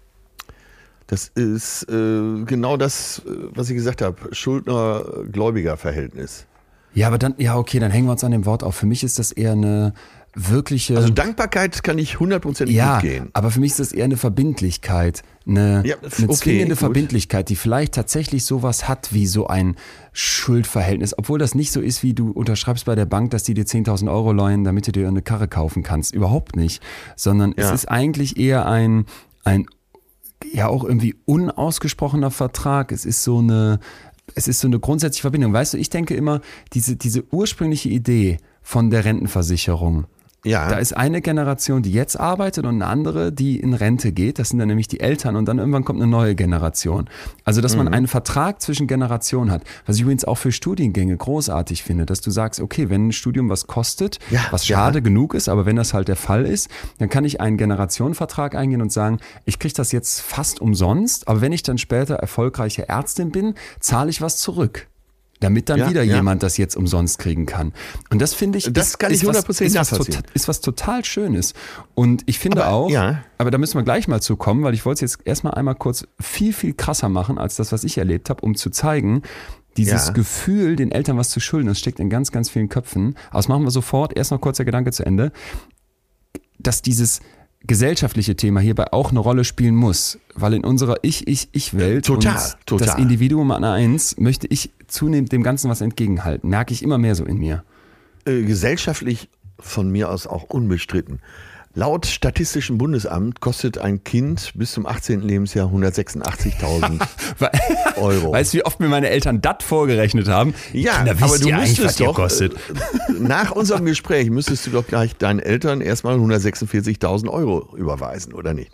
Das ist äh, genau das, äh, was ich gesagt habe, Schuldner-Gläubiger-Verhältnis. Ja, aber dann, ja, okay, dann hängen wir uns an dem Wort auf. Für mich ist das eher eine wirkliche. Also Dankbarkeit kann ich hundert Prozent ja, mitgehen. aber für mich ist das eher eine Verbindlichkeit, eine, Ja, eine okay, zwingende gut. Verbindlichkeit, die vielleicht tatsächlich sowas hat wie so ein Schuldverhältnis, obwohl das nicht so ist, wie du unterschreibst bei der Bank, dass die dir zehntausend Euro leihen, damit du dir eine Karre kaufen kannst. Überhaupt nicht, sondern Ja. es ist eigentlich eher ein, ein ja auch irgendwie unausgesprochener Vertrag. Es ist so eine, es ist so eine grundsätzliche Verbindung. Weißt du, ich denke immer, diese, diese ursprüngliche Idee von der Rentenversicherung, Ja. da ist eine Generation, die jetzt arbeitet und eine andere, die in Rente geht. Das sind dann nämlich die Eltern und dann irgendwann kommt eine neue Generation. Also, dass man einen Vertrag zwischen Generationen hat, was ich übrigens auch für Studiengänge großartig finde, dass du sagst, okay, wenn ein Studium was kostet, Ja, was ja. schade genug ist, aber wenn das halt der Fall ist, dann kann ich einen Generationenvertrag eingehen und sagen, ich kriege das jetzt fast umsonst, aber wenn ich dann später erfolgreiche Ärztin bin, zahle ich was zurück. Damit dann Ja, wieder ja. jemand das jetzt umsonst kriegen kann. Und das finde ich, Das ist, kann ich ist, was, hundertprozentig ist, was nachvollziehen. total, ist was total Schönes. Und ich finde Aber, auch, ja. aber da müssen wir gleich mal zu kommen, weil ich wollte es jetzt erstmal einmal kurz viel, viel krasser machen, als das, was ich erlebt habe, um zu zeigen, dieses Ja. Gefühl, den Eltern was zu schulden, das steckt in ganz, ganz vielen Köpfen. Aber das machen wir sofort. Erst noch kurz der Gedanke zu Ende. Dass dieses gesellschaftliche Thema hierbei auch eine Rolle spielen muss, weil in unserer Ich-Ich-Ich-Welt Total, und total. das Individuum an eins möchte ich zunehmend dem Ganzen was entgegenhalten. Merke ich immer mehr so in mir. Äh, gesellschaftlich von mir aus auch unbestritten. Laut Statistischem Bundesamt kostet ein Kind bis zum achtzehnten Lebensjahr hundertsechsundachtzigtausend Euro. Weißt du, wie oft mir meine Eltern das vorgerechnet haben? Ja, Kinder, aber wisst du ihr eigentlich, müsstest was ihr doch, kostet? äh, nach unserem Gespräch müsstest du doch gleich deinen Eltern erstmal hundertsechsundvierzigtausend Euro überweisen, oder nicht?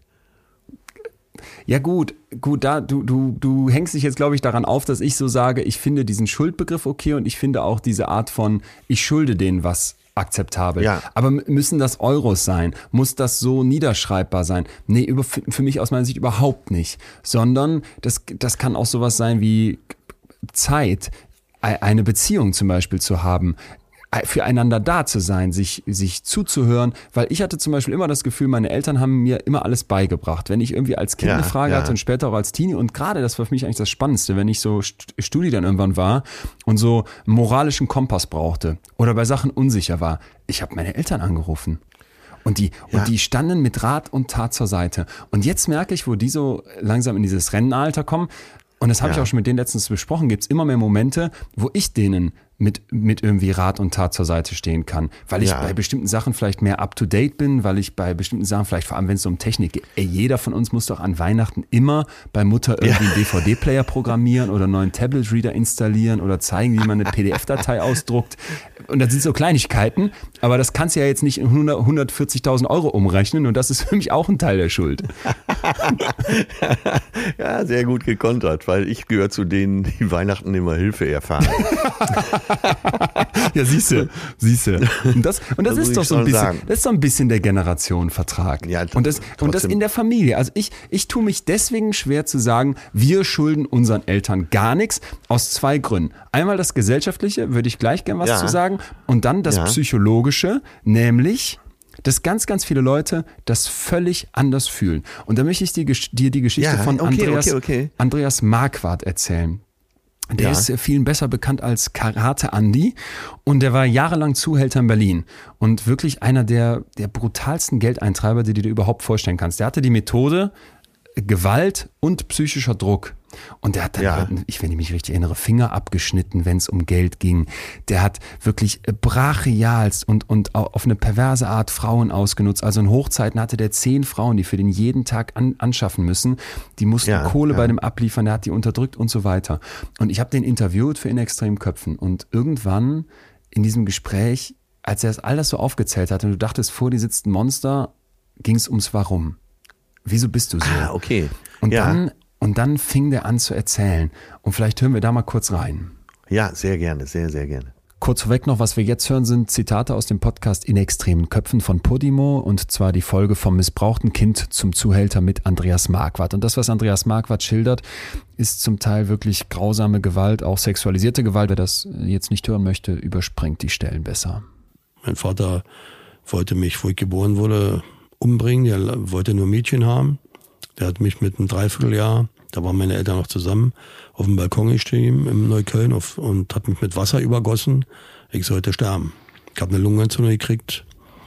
Ja gut, gut, da du du du hängst dich jetzt, glaube ich, daran auf, dass ich so sage, ich finde diesen Schuldbegriff okay und ich finde auch diese Art von, ich schulde denen was akzeptabel. Ja. Aber m- müssen das Euros sein? Muss das so niederschreibbar sein? Nee, über, für für mich aus meiner Sicht überhaupt nicht. Sondern das, das kann auch sowas sein wie Zeit, e- eine Beziehung zum Beispiel zu haben, e- füreinander da zu sein, sich, sich zuzuhören, weil ich hatte zum Beispiel immer das Gefühl, meine Eltern haben mir immer alles beigebracht. Wenn ich irgendwie als Kind Ja, eine Frage ja. hatte und später auch als Teenie und gerade das war für mich eigentlich das Spannendste, wenn ich so St- Studi dann irgendwann war und so einen moralischen Kompass brauchte oder bei Sachen unsicher war, ich habe meine Eltern angerufen. Und die, Ja. und die standen mit Rat und Tat zur Seite. Und jetzt merke ich, wo die so langsam in dieses Rennenalter kommen, und das habe Ja. ich auch schon mit denen letztens besprochen, gibt es immer mehr Momente, wo ich denen mit, mit irgendwie Rat und Tat zur Seite stehen kann. Weil ich Ja. bei bestimmten Sachen vielleicht mehr up-to-date bin, weil ich bei bestimmten Sachen vielleicht, vor allem wenn es um Technik geht, ey, jeder von uns muss doch an Weihnachten immer bei Mutter irgendwie einen D V D-Player programmieren oder einen neuen Tablet-Reader installieren oder zeigen, wie man eine P D F-Datei ausdruckt. Und das sind so Kleinigkeiten, aber das kannst du ja jetzt nicht in hundertvierzigtausend Euro umrechnen und das ist für mich auch ein Teil der Schuld. Ja, sehr gut gekontert, weil ich gehöre zu denen, die Weihnachten immer Hilfe erfahren. Ja, siehste, siehste. Und das, und das, Das muss ist ich doch so ein schon bisschen, sagen. das ist so ein bisschen der Generationenvertrag. Ja, und das, und das trotzdem. in der Familie. Also ich, ich tue mich deswegen schwer zu sagen, wir schulden unseren Eltern gar nichts, aus zwei Gründen. Einmal das Gesellschaftliche, würde ich gleich gern was Ja. zu sagen, und dann das Ja. Psychologische, nämlich, dass ganz, ganz viele Leute das völlig anders fühlen. Und da möchte ich dir, dir die Geschichte Ja, von okay, Andreas, okay, okay. Andreas Marquardt erzählen. Der Ja. ist vielen besser bekannt als Karate Andi und der war jahrelang Zuhälter in Berlin und wirklich einer der, der brutalsten Geldeintreiber, die du dir überhaupt vorstellen kannst. Der hatte die Methode Gewalt und psychischer Druck. Und der hat dann, Ja. ich, wenn ich mich richtig erinnere, Finger abgeschnitten, wenn es um Geld ging. Der hat wirklich brachialst und, und auf eine perverse Art Frauen ausgenutzt. Also in Hochzeiten hatte der zehn Frauen, die für den jeden Tag an, anschaffen müssen. Die mussten Ja, Kohle ja. bei dem abliefern, der hat die unterdrückt und so weiter. Und ich habe den interviewt für In extremen Köpfen. Und irgendwann in diesem Gespräch, als er das all das so aufgezählt hat und du dachtest, vor dir sitzt ein Monster, ging es ums Warum. Wieso bist du so? Ah, okay. Und, ja. dann, und dann fing der an zu erzählen. Und vielleicht hören wir da mal kurz rein. ja, sehr gerne, sehr, sehr gerne. Kurz vorweg noch, was wir jetzt hören, sind Zitate aus dem Podcast In extremen Köpfen von Podimo und zwar die Folge vom missbrauchten Kind zum Zuhälter mit Andreas Marquardt. Und das, was Andreas Marquardt schildert, ist zum Teil wirklich grausame Gewalt, auch sexualisierte Gewalt. Wer das jetzt nicht hören möchte, überspringt die Stellen besser. Mein Vater wollte mich, wo ich geboren wurde, umbringen. Der wollte nur Mädchen haben. Der hat mich mit einem Dreivierteljahr, da waren meine Eltern noch zusammen, auf dem Balkon gestiegen im Neukölln auf, und hat mich mit Wasser übergossen. Ich sollte sterben. Ich habe eine Lungenentzündung gekriegt.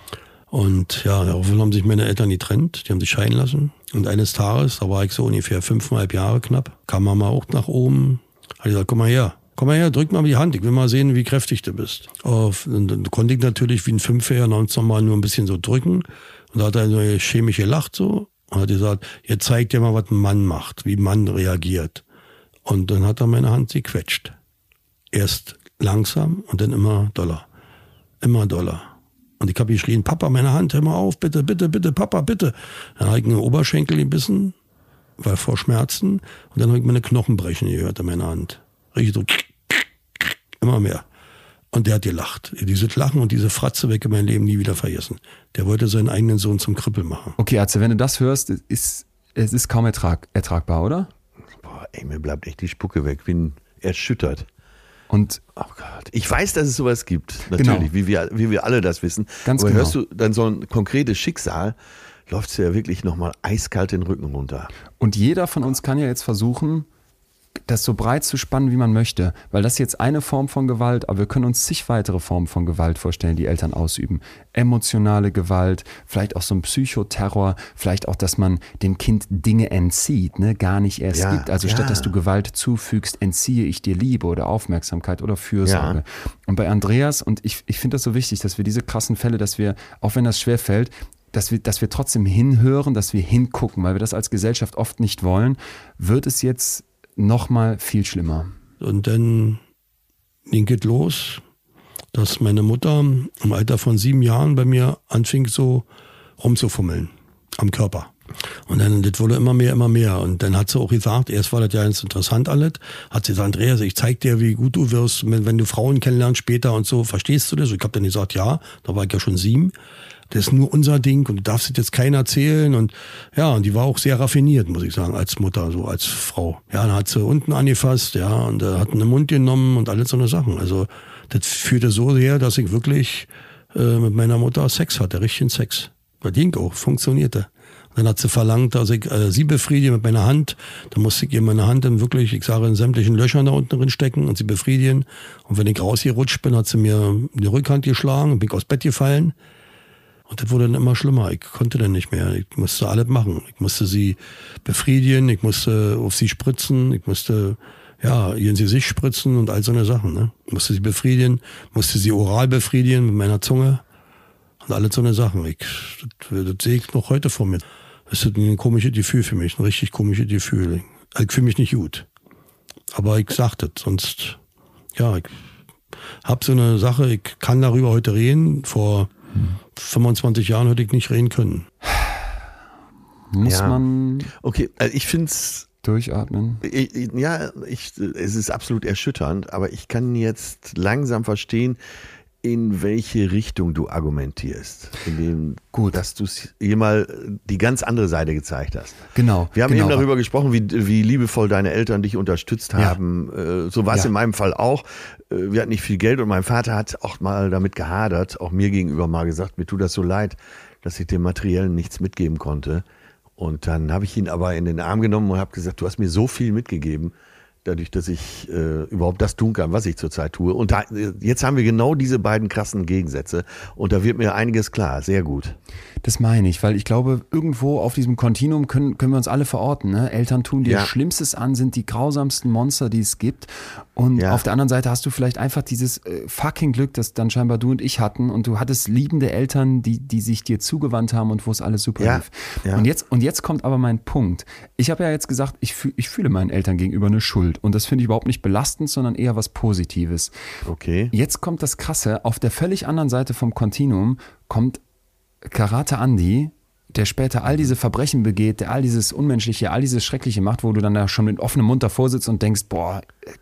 Und ja, daraufhin haben sich meine Eltern getrennt. Die haben sich scheiden lassen. Und eines Tages, da war ich so ungefähr fünfeinhalb Jahre knapp, kam Mama auch nach oben. Hat gesagt, komm mal her. Komm mal her, drück mal die Hand, ich will mal sehen, wie kräftig du bist. Auf, und dann konnte ich natürlich wie ein Fünfjähriger noch mal nur ein bisschen so drücken. Und da hat er so chemisch gelacht so und hat gesagt, jetzt zeig dir mal, was ein Mann macht, wie ein Mann reagiert. Und dann hat er meine Hand gequetscht. Erst langsam und dann immer doller. Immer doller. Und ich habe geschrien, Papa, meine Hand, hör mal auf, bitte, bitte, bitte, Papa, bitte. Dann habe ich einen Oberschenkel gebissen, war vor Schmerzen. Und dann habe ich meine Knochen brechen gehört an meiner Hand. Richtig so, immer mehr. Und der hat gelacht. Dieses Lachen und diese Fratze weg in mein Leben nie wieder vergessen. Der wollte seinen eigenen Sohn zum Krüppel machen. Okay, Atze, wenn du das hörst, es ist, es ist kaum ertrag, ertragbar, oder? Boah, ey, mir bleibt echt die Spucke weg. Bin erschüttert. Und Oh Gott. Ich weiß, dass es sowas gibt. Genau. Natürlich, wie, wir, wie wir alle das wissen. Ganz Aber genau. hörst du dann so ein konkretes Schicksal, läuft es ja wirklich nochmal eiskalt den Rücken runter. Und jeder von uns kann ja jetzt versuchen, das so breit zu spannen, wie man möchte. Weil das ist jetzt eine Form von Gewalt, aber wir können uns zig weitere Formen von Gewalt vorstellen, die Eltern ausüben. Emotionale Gewalt, vielleicht auch so ein Psychoterror, vielleicht auch, dass man dem Kind Dinge entzieht, ne, gar nicht erst Ja, gibt. Also ja. statt dass du Gewalt zufügst, entziehe ich dir Liebe oder Aufmerksamkeit oder Fürsorge. Ja. Und bei Andreas, und ich, ich finde das so wichtig, dass wir diese krassen Fälle, dass wir, auch wenn das schwerfällt, dass wir, dass wir trotzdem hinhören, dass wir hingucken, weil wir das als Gesellschaft oft nicht wollen, wird es jetzt noch mal viel schlimmer. Und dann ging es los, dass meine Mutter im Alter von sieben Jahren bei mir anfing so rumzufummeln am Körper. Und dann, das wurde immer mehr, immer mehr. Und dann hat sie auch gesagt, erst war das ja ganz interessant alles, hat sie gesagt, Andreas, ich zeig dir, wie gut du wirst, wenn, wenn du Frauen kennenlernst später und so, verstehst du das? Und ich habe dann gesagt, ja, da war ich ja schon sieben. Das ist nur unser Ding und du darfst es jetzt keiner erzählen. Und ja, und die war auch sehr raffiniert, muss ich sagen, als Mutter, so als Frau. Ja, dann hat sie unten angefasst, ja, und äh, hat einen Mund genommen und alles so eine Sachen. Also das führte so sehr, dass ich wirklich äh, mit meiner Mutter Sex hatte, richtigen Sex. Das ging auch, funktionierte. Und dann hat sie verlangt, dass ich äh, sie befriedige mit meiner Hand. Da musste ich ihr meine Hand dann wirklich, ich sage, in sämtlichen Löchern da unten drin stecken und sie befriedigen. Und wenn ich rausgerutscht bin, hat sie mir die Rückhand geschlagen und bin ich aus Bett gefallen. Und das wurde dann immer schlimmer. Ich konnte dann nicht mehr. Ich musste alles machen. Ich musste sie befriedigen, ich musste auf sie spritzen, ich musste ja, ihr ins Gesicht spritzen und all so eine Sachen. Ne? Musste sie befriedigen, musste sie oral befriedigen mit meiner Zunge und alle so eine Sachen. Ich, das, das sehe ich noch heute vor mir. Das ist ein komisches Gefühl für mich, ein richtig komisches Gefühl. Ich fühle mich nicht gut. Aber ich sag das, sonst, ja, ich hab so eine Sache, ich kann darüber heute reden. Vor hm. fünfundzwanzig Jahren hätte ich nicht reden können. Muss ja. man okay, also ich finde es durchatmen? Ich, ja, ich, es ist absolut erschütternd, aber ich kann jetzt langsam verstehen, in welche Richtung du argumentierst. In dem, Gut. dass du hier mal die ganz andere Seite gezeigt hast. Genau. Wir haben genau. eben darüber gesprochen, wie, wie liebevoll deine Eltern dich unterstützt haben. Ja. So war es ja. in meinem Fall auch. Wir hatten nicht viel Geld und mein Vater hat auch mal damit gehadert, auch mir gegenüber mal gesagt, mir tut das so leid, dass ich dem Materiellen nichts mitgeben konnte. Und dann habe ich ihn aber in den Arm genommen und habe gesagt, du hast mir so viel mitgegeben, dadurch, dass ich äh, überhaupt das tun kann, was ich zurzeit tue. Und da, jetzt haben wir genau diese beiden krassen Gegensätze und da wird mir einiges klar, sehr gut. Das meine ich, weil ich glaube, irgendwo auf diesem Kontinuum können, können wir uns alle verorten. Ne? Eltern tun dir ja. Schlimmstes an, sind die grausamsten Monster, die es gibt. Und ja. auf der anderen Seite hast du vielleicht einfach dieses äh, fucking Glück, das dann scheinbar du und ich hatten. Und du hattest liebende Eltern, die, die sich dir zugewandt haben und wo es alles super ja. lief. Ja. Und, jetzt, und jetzt kommt aber mein Punkt. Ich habe ja jetzt gesagt, ich, fühl, ich fühle meinen Eltern gegenüber eine Schuld. Und das finde ich überhaupt nicht belastend, sondern eher was Positives. Okay. Jetzt kommt das Krasse. Auf der völlig anderen Seite vom Kontinuum kommt Karate Andi, der später all diese Verbrechen begeht, der all dieses Unmenschliche, all dieses Schreckliche macht, wo du dann da schon mit offenem Mund davor sitzt und denkst, boah,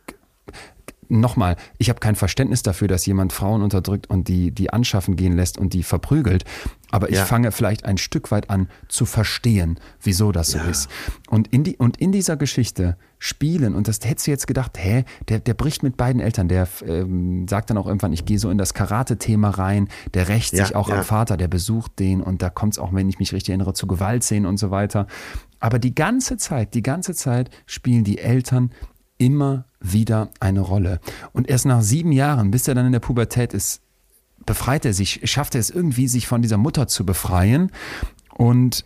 nochmal, ich habe kein Verständnis dafür, dass jemand Frauen unterdrückt und die, die anschaffen gehen lässt und die verprügelt. Aber ich ja. fange vielleicht ein Stück weit an zu verstehen, wieso das so ja. ist. Und in, die, und in dieser Geschichte spielen, und das hättest du jetzt gedacht, hä, der, der bricht mit beiden Eltern, der ähm, sagt dann auch irgendwann, ich gehe so in das Karate-Thema rein, der rächt ja, sich auch ja. am Vater, der besucht den und da kommt es auch, wenn ich mich richtig erinnere, zu Gewaltszenen und so weiter. Aber die ganze Zeit, die ganze Zeit spielen die Eltern immer wieder eine Rolle. Und erst nach sieben Jahren, bis er dann in der Pubertät ist, befreit er sich, schafft er es irgendwie, sich von dieser Mutter zu befreien. Und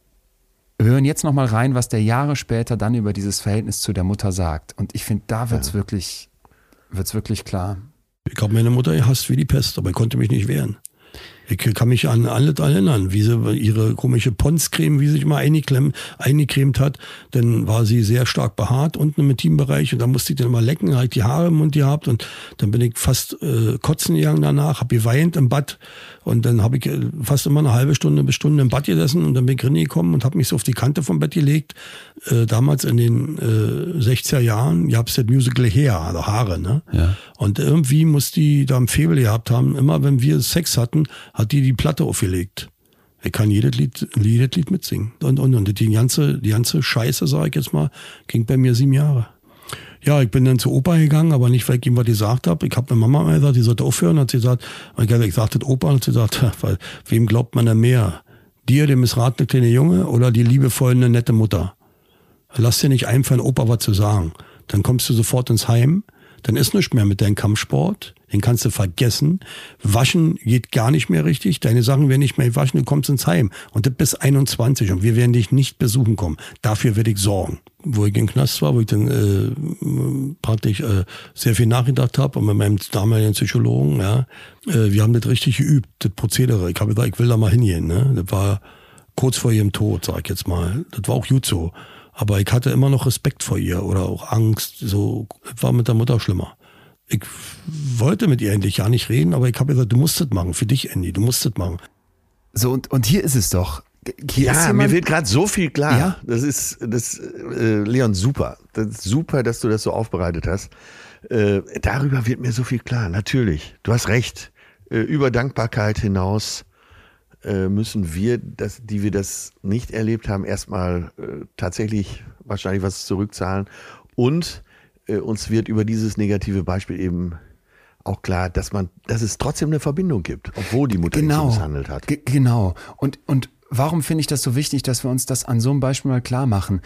wir hören jetzt nochmal rein, was der Jahre später dann über dieses Verhältnis zu der Mutter sagt. Und ich finde, da wird es ja. wirklich, wird's wirklich klar. Ich habe meine Mutter gehasst wie die Pest, aber ich konnte mich nicht wehren. Ich kann mich an alles erinnern, wie sie ihre komische Ponscreme, wie sie sich mal eingecremt, eingecremt hat. Dann war sie sehr stark behaart unten im Intimbereich und da musste ich dann mal lecken, habe ich die Haare im Mund gehabt und dann bin ich fast äh, kotzen gegangen danach, habe geweint im Bad und dann habe ich fast immer eine halbe Stunde bis Stunde im Bad gesessen und dann bin ich reingekommen und habe mich so auf die Kante vom Bett gelegt. Äh, damals in den äh, sechziger Jahren gab es das Musical Hair, also Haare, ne? Ja. Und irgendwie muss die da ein Faible gehabt haben, immer wenn wir Sex hatten, hat die die Platte aufgelegt. Ich kann jedes Lied, jedes Lied mitsingen. Und, und, und die ganze, die ganze Scheiße, sag ich jetzt mal, ging bei mir sieben Jahre. Ja, ich bin dann zu Opa gegangen, aber nicht, weil ich ihm was gesagt habe. Ich habe meine Mama mal gesagt, die sollte aufhören, hat sie gesagt, ich sagte Opa, hat sie gesagt, weil, wem glaubt man denn mehr? Dir, dem missratene kleine Junge, oder die liebevolle, nette Mutter? Lass dir nicht einfallen, Opa was zu sagen. Dann kommst du sofort ins Heim, dann ist nichts mehr mit deinem Kampfsport, den kannst du vergessen. Waschen geht gar nicht mehr richtig, deine Sachen werden nicht mehr waschen, du kommst ins Heim. Und das bis einundzwanzig und wir werden dich nicht besuchen kommen. Dafür werde ich sorgen. Wo ich im Knast war, wo ich dann äh, praktisch äh, sehr viel nachgedacht habe und mit meinem damaligen Psychologen, ja, äh, wir haben das richtig geübt, das Prozedere. Ich habe gesagt, ich will da mal hingehen. Ne? Das war kurz vor ihrem Tod, sag ich jetzt mal. Das war auch gut so. Aber ich hatte immer noch Respekt vor ihr oder auch Angst. So, das war mit der Mutter schlimmer. Ich wollte mit ihr endlich ja nicht reden, aber ich habe gesagt, du musst das machen. Für dich, Andy, du musst das machen. So, und, und hier ist es doch. Hier ja, ist jemand, mir wird gerade so viel klar. Ja? Das ist, das, äh, Leon, super. Das ist super, dass du das so aufbereitet hast. Äh, darüber wird mir so viel klar. Natürlich, du hast recht. Äh, über Dankbarkeit hinaus äh, müssen wir, das, die wir das nicht erlebt haben, erstmal äh, tatsächlich wahrscheinlich was zurückzahlen. Und äh, uns wird über dieses negative Beispiel eben auch klar, dass man, dass es trotzdem eine Verbindung gibt, obwohl die Mutter genau, nicht so misshandelt hat. G- genau. Und, und warum finde ich das so wichtig, dass wir uns das an so einem Beispiel mal klar machen?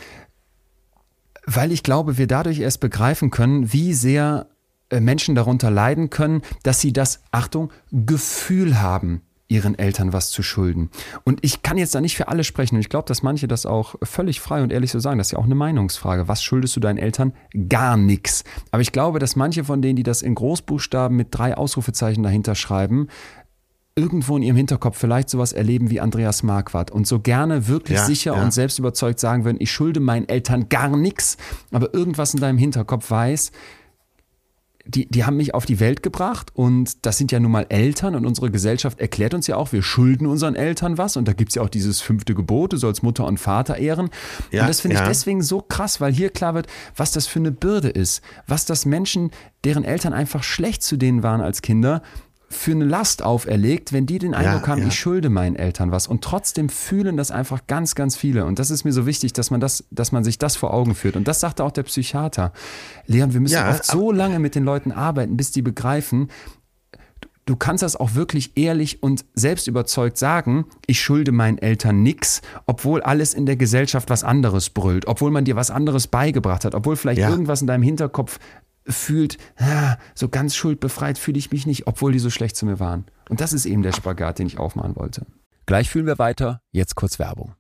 Weil ich glaube, wir dadurch erst begreifen können, wie sehr Menschen darunter leiden können, dass sie das, Achtung, Gefühl haben, ihren Eltern was zu schulden. Und ich kann jetzt da nicht für alle sprechen und ich glaube, dass manche das auch völlig frei und ehrlich so sagen. Das ist ja auch eine Meinungsfrage. Was schuldest du deinen Eltern? Gar nichts. Aber ich glaube, dass manche von denen, die das in Großbuchstaben mit drei Ausrufezeichen dahinter schreiben, irgendwo in ihrem Hinterkopf vielleicht sowas erleben wie Andreas Marquardt und so gerne wirklich ja, sicher ja. und selbst überzeugt sagen würden, ich schulde meinen Eltern gar nichts, aber irgendwas in deinem Hinterkopf weiß, die, die haben mich auf die Welt gebracht und das sind ja nun mal Eltern und unsere Gesellschaft erklärt uns ja auch, wir schulden unseren Eltern was und da gibt es ja auch dieses fünfte Gebot, du sollst Mutter und Vater ehren. Ja, und das finde ja. ich deswegen so krass, weil hier klar wird, was das für eine Bürde ist, was das Menschen, deren Eltern einfach schlecht zu denen waren als Kinder, für eine Last auferlegt, wenn die den Eindruck ja, haben, ja. ich schulde meinen Eltern was. Und trotzdem fühlen das einfach ganz, ganz viele. Und das ist mir so wichtig, dass man das, dass man sich das vor Augen führt. Und das sagte auch der Psychiater. Leon, wir müssen Ja, oft so lange mit den Leuten arbeiten, bis die begreifen, du kannst das auch wirklich ehrlich und selbst überzeugt sagen, ich schulde meinen Eltern nix, obwohl alles in der Gesellschaft was anderes brüllt, obwohl man dir was anderes beigebracht hat, obwohl vielleicht Ja. irgendwas in deinem Hinterkopf fühlt, ah, so ganz schuldbefreit fühle ich mich nicht, obwohl die so schlecht zu mir waren. Und das ist eben der Spagat, den ich aufmachen wollte. Gleich fühlen wir weiter, jetzt kurz Werbung.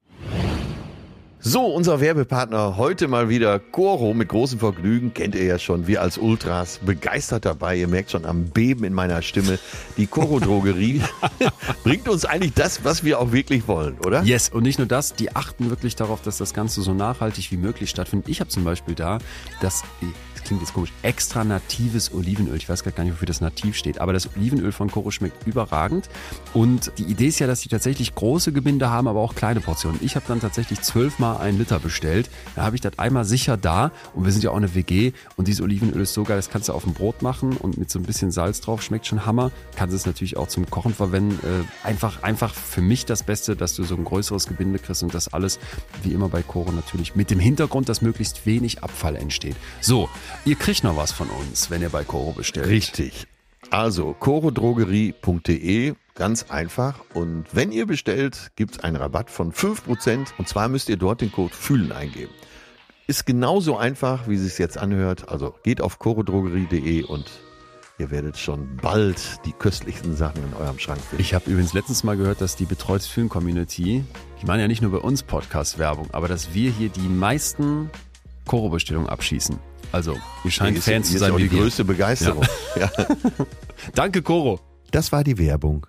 So, unser Werbepartner heute mal wieder Coro mit großem Vergnügen, kennt ihr ja schon, wir als Ultras begeistert dabei, ihr merkt schon am Beben in meiner Stimme, die Coro Drogerie bringt uns eigentlich das, was wir auch wirklich wollen, oder? Yes, und nicht nur das, die achten wirklich darauf, dass das Ganze so nachhaltig wie möglich stattfindet. Ich habe zum Beispiel da das, das klingt jetzt komisch, extra natives Olivenöl. Ich weiß gar nicht, wofür das nativ steht, aber das Olivenöl von Coro schmeckt überragend. Und die Idee ist ja, dass sie tatsächlich große Gebinde haben, aber auch kleine Portionen. Ich habe dann tatsächlich zwölfmal einen Liter bestellt. Da habe ich das einmal sicher da und wir sind ja auch eine W G und dieses Olivenöl ist so geil, das kannst du auf dem Brot machen und mit so ein bisschen Salz drauf, schmeckt schon Hammer. Kannst es natürlich auch zum Kochen verwenden. Äh, einfach, einfach für mich das Beste, dass du so ein größeres Gebinde kriegst und das alles, wie immer bei Coro natürlich, mit dem Hintergrund, dass möglichst wenig Abfall entsteht. So, ihr kriegt noch was von uns, wenn ihr bei Coro bestellt. Richtig. Also corodrogerie punkt de, ganz einfach. Und wenn ihr bestellt, gibt es einen Rabatt von fünf Prozent. Und zwar müsst ihr dort den Code FÜHLEN eingeben. Ist genauso einfach, wie es sich jetzt anhört. Also geht auf corodrogerie punkt de und ihr werdet schon bald die köstlichsten Sachen in eurem Schrank finden. Ich habe übrigens letztens mal gehört, dass die Betreutes Fühlen Community, die machen ja nicht nur bei uns Podcast-Werbung, aber dass wir hier die meisten Coro-Bestellungen abschießen. Also, ihr scheint Hier ist- Fans zu hier sein ist auch wie die wir. größte Begeisterung. Ja. Danke, Coro. Das war die Werbung.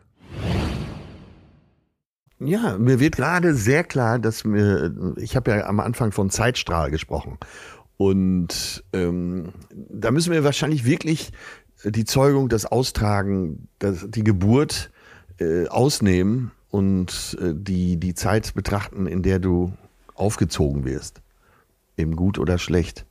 Ja, mir wird gerade sehr klar, dass mir, ich habe ja am Anfang von Zeitstrahl gesprochen. Und ähm, da müssen wir wahrscheinlich wirklich die Zeugung, das Austragen, das, die Geburt äh, ausnehmen und äh, die, die Zeit betrachten, in der du aufgezogen wirst. Eben gut oder schlecht.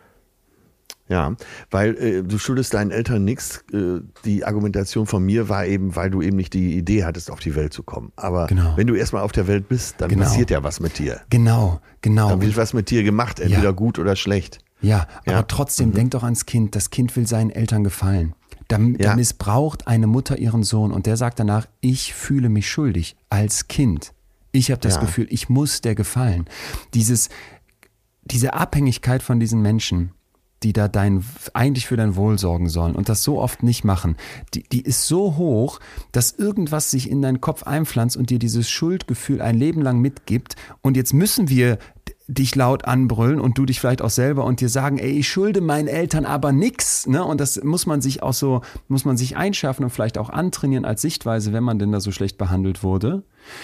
Ja, weil äh, du schuldest deinen Eltern nichts. Äh, die Argumentation von mir war eben, weil du eben nicht die Idee hattest, auf die Welt zu kommen. Aber Genau. wenn du erstmal auf der Welt bist, dann Genau. passiert ja was mit dir. Genau, genau. Dann wird was mit dir gemacht, entweder Ja. gut oder schlecht. Ja, aber Ja. trotzdem, denk doch ans Kind. Das Kind will seinen Eltern gefallen. Da, da Ja. missbraucht eine Mutter ihren Sohn und der sagt danach, ich fühle mich schuldig als Kind. Ich habe das Ja. Gefühl, ich muss der gefallen. Dieses, diese Abhängigkeit von diesen Menschen, die da dein, eigentlich für dein Wohl sorgen sollen und das so oft nicht machen, die, die ist so hoch, dass irgendwas sich in deinen Kopf einpflanzt und dir dieses Schuldgefühl ein Leben lang mitgibt. Und jetzt müssen wir dich laut anbrüllen und du dich vielleicht auch selber und dir sagen, ey, ich schulde meinen Eltern aber nix, ne? Und das muss man sich auch so, muss man sich einschärfen und vielleicht auch antrainieren als Sichtweise, wenn man denn da so schlecht behandelt wurde.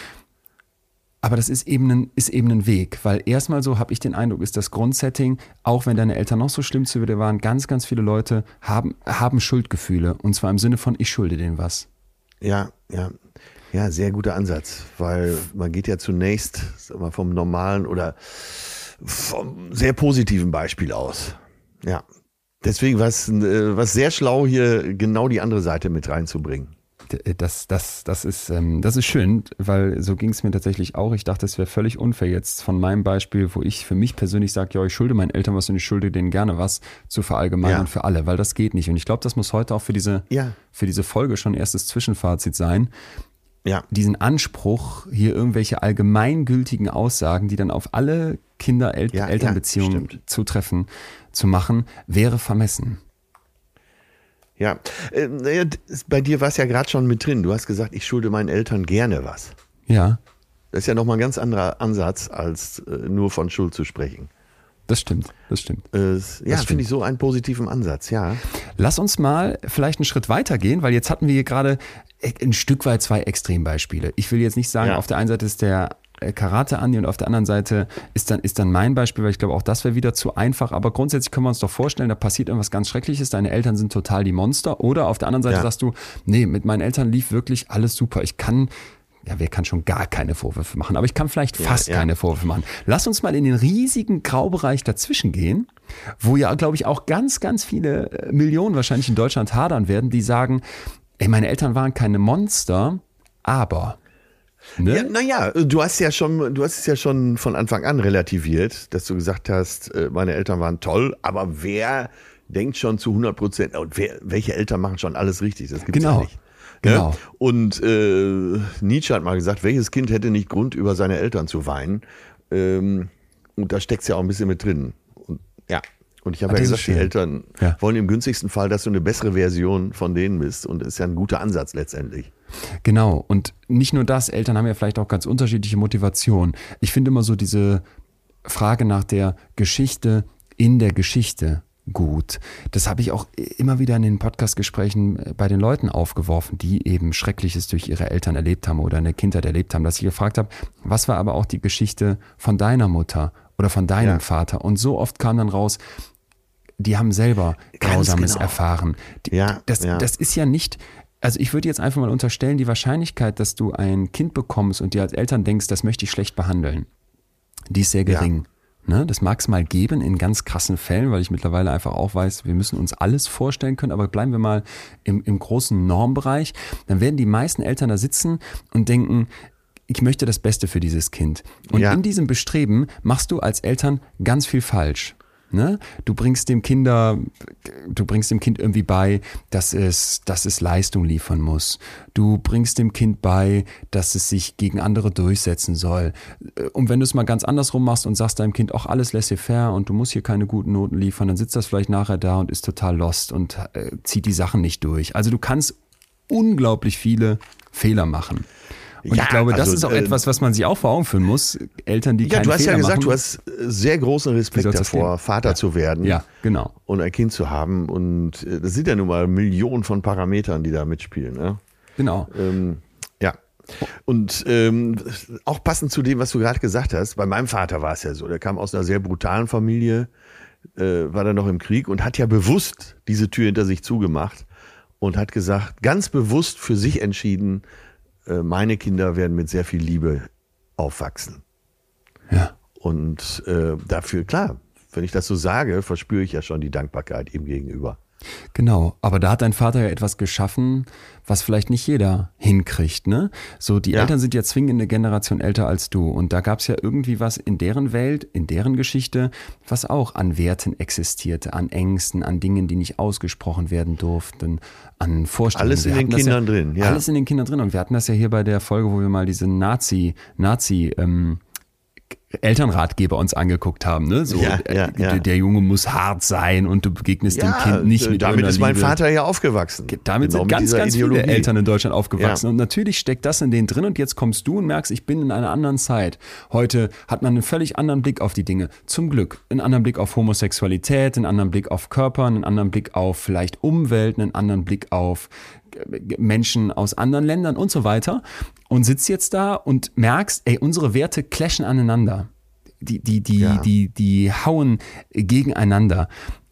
Aber das ist eben ein, ist eben ein Weg, weil erstmal so habe ich den Eindruck, ist das Grundsetting, auch wenn deine Eltern noch so schlimm zu dir waren, ganz, ganz viele Leute haben, haben Schuldgefühle und zwar im Sinne von, ich schulde denen was. Ja, ja. Ja, sehr guter Ansatz, weil man geht ja zunächst sag mal, vom normalen oder vom sehr positiven Beispiel aus. Ja. Deswegen war es äh, was sehr schlau, hier genau die andere Seite mit reinzubringen. Das, das, das, ist, ähm, das ist schön, weil so ging es mir tatsächlich auch. Ich dachte, es wäre völlig unfair jetzt von meinem Beispiel, wo ich für mich persönlich sage, ja, ich schulde meinen Eltern was und ich schulde denen gerne was, zu verallgemeinern Ja. für alle, weil das geht nicht. Und ich glaube, das muss heute auch für diese, Ja. für diese Folge schon erstes Zwischenfazit sein. Ja. Diesen Anspruch, hier irgendwelche allgemeingültigen Aussagen, die dann auf alle Kinder-Eltern- Ja, ja, Elternbeziehungen stimmt. zutreffen, zu machen, wäre vermessen. Ja, äh, naja, bei dir war es ja gerade schon mit drin. Du hast gesagt, ich schulde meinen Eltern gerne was. Ja. Das ist ja nochmal ein ganz anderer Ansatz, als äh, nur von Schuld zu sprechen. Das stimmt, das stimmt. Äh, ja, finde ich so einen positiven Ansatz, ja. Lass uns mal vielleicht einen Schritt weiter gehen, weil jetzt hatten wir hier gerade ein Stück weit zwei Extrembeispiele. Ich will jetzt nicht sagen, Ja. auf der einen Seite ist der Karate-Andi und auf der anderen Seite ist dann, ist dann mein Beispiel, weil ich glaube, auch das wäre wieder zu einfach. Aber grundsätzlich können wir uns doch vorstellen, da passiert irgendwas ganz Schreckliches, deine Eltern sind total die Monster. Oder auf der anderen Seite Ja. sagst du, nee, mit meinen Eltern lief wirklich alles super. Ich kann, ja, wer kann schon gar keine Vorwürfe machen, aber ich kann vielleicht fast ja. keine Vorwürfe machen. Lass uns mal in den riesigen Graubereich dazwischen gehen, wo ja, glaube ich, auch ganz, ganz viele äh, Millionen wahrscheinlich in Deutschland hadern werden, die sagen, ey, meine Eltern waren keine Monster, aber... Ne? Ja, naja, du hast ja schon, du hast es ja schon von Anfang an relativiert, dass du gesagt hast, äh, meine Eltern waren toll, aber wer denkt schon zu hundert Prozent, und wer, welche Eltern machen schon alles richtig? Das gibt's Genau. ja nicht. Genau. Ne? Und äh, Nietzsche hat mal gesagt, welches Kind hätte nicht Grund, über seine Eltern zu weinen? Ähm, und da steckt's ja auch ein bisschen mit drin. Und, ja. Und ich habe Ah, ja das ist gesagt, die schön. Eltern Ja. wollen im günstigsten Fall, dass du eine bessere Version von denen bist. Und das ist ja ein guter Ansatz letztendlich. Genau. Und nicht nur das, Eltern haben ja vielleicht auch ganz unterschiedliche Motivationen. Ich finde immer so diese Frage nach der Geschichte in der Geschichte gut. Das habe ich auch immer wieder in den Podcast-Gesprächen bei den Leuten aufgeworfen, die eben Schreckliches durch ihre Eltern erlebt haben oder in der Kindheit erlebt haben, dass ich gefragt habe, was war aber auch die Geschichte von deiner Mutter oder von deinem Ja. Vater? Und so oft kam dann raus, die haben selber Ganz Grausames genau. erfahren. Die, Ja, das, ja. das ist ja nicht, also ich würde jetzt einfach mal unterstellen, die Wahrscheinlichkeit, dass du ein Kind bekommst und dir als Eltern denkst, das möchte ich schlecht behandeln, die ist sehr gering. Ne? Das mag es mal geben in ganz krassen Fällen, weil ich mittlerweile einfach auch weiß, wir müssen uns alles vorstellen können, aber bleiben wir mal im, im großen Normbereich. Dann werden die meisten Eltern da sitzen und denken, ich möchte das Beste für dieses Kind. Und Ja. in diesem Bestreben machst du als Eltern ganz viel falsch. Ne? Du bringst dem Kinder, du bringst dem Kind irgendwie bei, dass es, dass es Leistung liefern muss. Du bringst dem Kind bei, dass es sich gegen andere durchsetzen soll. Und wenn du es mal ganz andersrum machst und sagst deinem Kind auch alles laissez-faire und du musst hier keine guten Noten liefern, dann sitzt das vielleicht nachher da und ist total lost und äh, zieht die Sachen nicht durch. Also du kannst unglaublich viele Fehler machen. Und Ja, ich glaube, das also, ist auch äh, etwas, was man sich auch vor Augen führen muss. Eltern, die Ja, keine du hast Fehler ja gesagt, machen. du hast sehr großen Respekt soll's das davor, gehen? Vater Ja. zu werden Ja, genau. und ein Kind zu haben. Und äh, das sind ja nun mal Millionen von Parametern, die da mitspielen. Ne? Genau. Ähm, ja. Und ähm, auch passend zu dem, was du gerade gesagt hast, bei meinem Vater war es ja so, der kam aus einer sehr brutalen Familie, äh, war dann noch im Krieg und hat ja bewusst diese Tür hinter sich zugemacht und hat gesagt, ganz bewusst für sich entschieden, äh, meine Kinder werden mit sehr viel Liebe aufwachsen. Ja. Und äh, dafür, klar, wenn ich das so sage, verspüre ich ja schon die Dankbarkeit ihm gegenüber. Genau, aber da hat dein Vater ja etwas geschaffen, was vielleicht nicht jeder hinkriegt, ne? So, die Ja. Eltern sind ja zwingend eine Generation älter als du und da gab es ja irgendwie was in deren Welt, in deren Geschichte, was auch an Werten existierte, an Ängsten, an Dingen, die nicht ausgesprochen werden durften, an Vorstellungen. Alles in Wir den hatten das Kindern ja, drin, ja. Alles in den Kindern drin und wir hatten das ja hier bei der Folge, wo wir mal diese Nazi, Nazi, ähm, Elternratgeber uns angeguckt haben, ne? So, Ja, ja, äh, ja. Der, der Junge muss hart sein und du begegnest dem Kind nicht mit damit ist mein Liebe. Vater ja aufgewachsen. Damit Genau sind mit ganz, dieser ganz Ideologie. viele Eltern in Deutschland aufgewachsen. Ja. Und natürlich steckt das in denen drin und jetzt kommst du und merkst, ich bin in einer anderen Zeit. Heute hat man einen völlig anderen Blick auf die Dinge. Zum Glück. Einen anderen Blick auf Homosexualität, einen anderen Blick auf Körper, einen anderen Blick auf vielleicht Umwelt, einen anderen Blick auf Menschen aus anderen Ländern und so weiter. Und sitzt jetzt da und merkst, ey, unsere Werte clashen aneinander. Die, die, die, Ja. die, die hauen gegeneinander.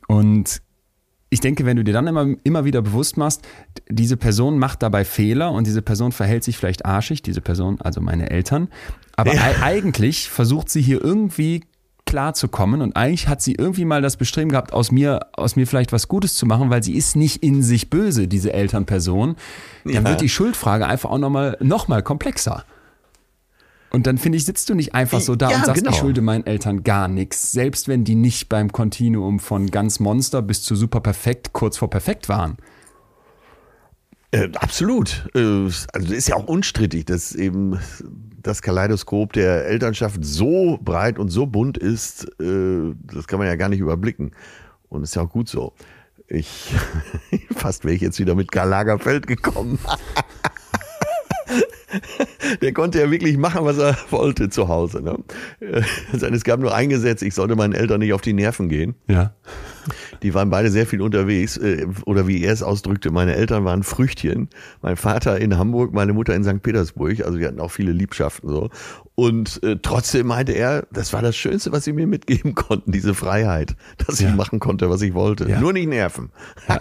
Und ich denke, wenn du dir dann immer, immer wieder bewusst machst, diese Person macht dabei Fehler und diese Person verhält sich vielleicht arschig, diese Person, also meine Eltern, aber Ja. e- eigentlich versucht sie hier irgendwie klarzukommen und eigentlich hat sie irgendwie mal das Bestreben gehabt, aus mir, aus mir vielleicht was Gutes zu machen, weil sie ist nicht in sich böse, diese Elternperson. Dann Ja. wird die Schuldfrage einfach auch nochmal noch mal komplexer. Und dann finde ich, sitzt du nicht einfach so da Ja, und sagst, genau. ich schulde meinen Eltern gar nichts, selbst wenn die nicht beim Kontinuum von ganz Monster bis zu super perfekt, kurz vor perfekt waren. Äh, absolut. Äh, also ist ja auch unstrittig, dass eben das Kaleidoskop der Elternschaft so breit und so bunt ist, äh, das kann man ja gar nicht überblicken. Und ist ja auch gut so. Ich, fast wäre ich jetzt wieder mit Karl Lagerfeld gekommen. Der konnte ja wirklich machen, was er wollte zu Hause. Ne? Es gab nur ein Gesetz, ich sollte meinen Eltern nicht auf die Nerven gehen. Ja. Die waren beide sehr viel unterwegs. Oder wie er es ausdrückte, meine Eltern waren Früchtchen. Mein Vater in Hamburg, meine Mutter in Sankt Petersburg. Also wir hatten auch viele Liebschaften so. Und äh, trotzdem meinte er, das war das Schönste, was sie mir mitgeben konnten, diese Freiheit, dass Ja. ich machen konnte, was ich wollte. Ja. Nur nicht nerven.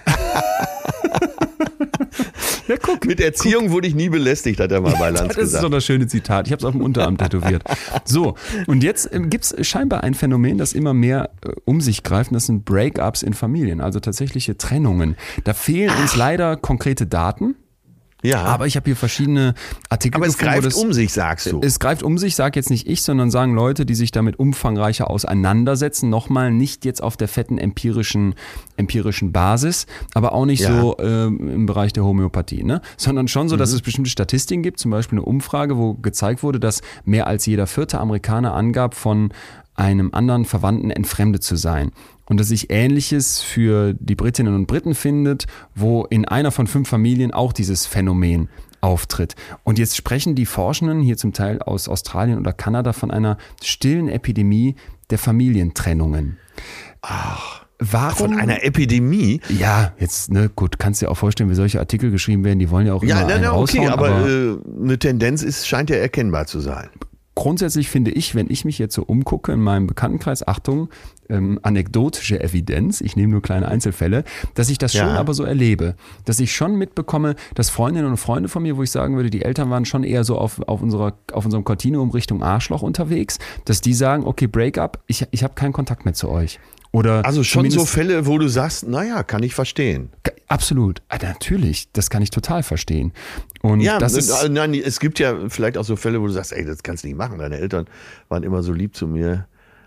Ja, guck. Mit Erziehung wurde ich nie belästigt, hat er mal bei Lanz Das ist doch gesagt. das schöne Zitat. Ich habe es auf dem Unterarm tätowiert. So, und jetzt ähm, gibt es scheinbar ein Phänomen, das immer mehr äh, um sich greift. Und das sind Breakups in Familien, also tatsächliche Trennungen. Da fehlen uns leider konkrete Daten. Ja, Aber ich habe hier verschiedene Artikel aber es gefunden, wo greift das, um sich, sagst du. Es greift um sich, sag jetzt nicht ich, sondern sagen Leute, die sich damit umfangreicher auseinandersetzen. Nochmal nicht jetzt auf der fetten empirischen, empirischen Basis, aber auch nicht Ja. so ähm, im Bereich der Homöopathie, ne? Sondern schon so, dass es bestimmte Statistiken gibt, zum Beispiel eine Umfrage, wo gezeigt wurde, dass mehr als jeder vierte Amerikaner angab, von einem anderen Verwandten entfremdet zu sein. Und dass sich Ähnliches für die Britinnen und Briten findet, wo in einer von fünf Familien auch dieses Phänomen auftritt. Und jetzt sprechen die Forschenden hier zum Teil aus Australien oder Kanada von einer stillen Epidemie der Familientrennungen. Ach, warum? Von einer Epidemie? Ja, jetzt, ne, gut, kannst dir auch vorstellen, wie solche Artikel geschrieben werden, die wollen ja auch Ja, immer na, einen na, okay, raushauen, aber, aber äh, eine Tendenz ist, scheint ja erkennbar zu sein. grundsätzlich finde ich, wenn ich mich jetzt so umgucke in meinem Bekanntenkreis, Achtung, ähm, anekdotische Evidenz, ich nehme nur kleine Einzelfälle, dass ich das schon Ja. aber so erlebe, dass ich schon mitbekomme, dass Freundinnen und Freunde von mir, wo ich sagen würde, die Eltern waren schon eher so auf, auf, unserer, auf unserem Kontinuum Richtung Arschloch unterwegs, dass die sagen, okay, Breakup, ich, ich habe keinen Kontakt mehr zu euch. Oder Also schon so zumindest- Fälle, wo du sagst, naja, kann ich verstehen. Absolut, ah, natürlich, das kann ich total verstehen. Und Ja, das ist, äh, nein, es gibt ja vielleicht auch so Fälle, wo du sagst, ey, das kannst du nicht machen. Deine Eltern waren immer so lieb zu mir,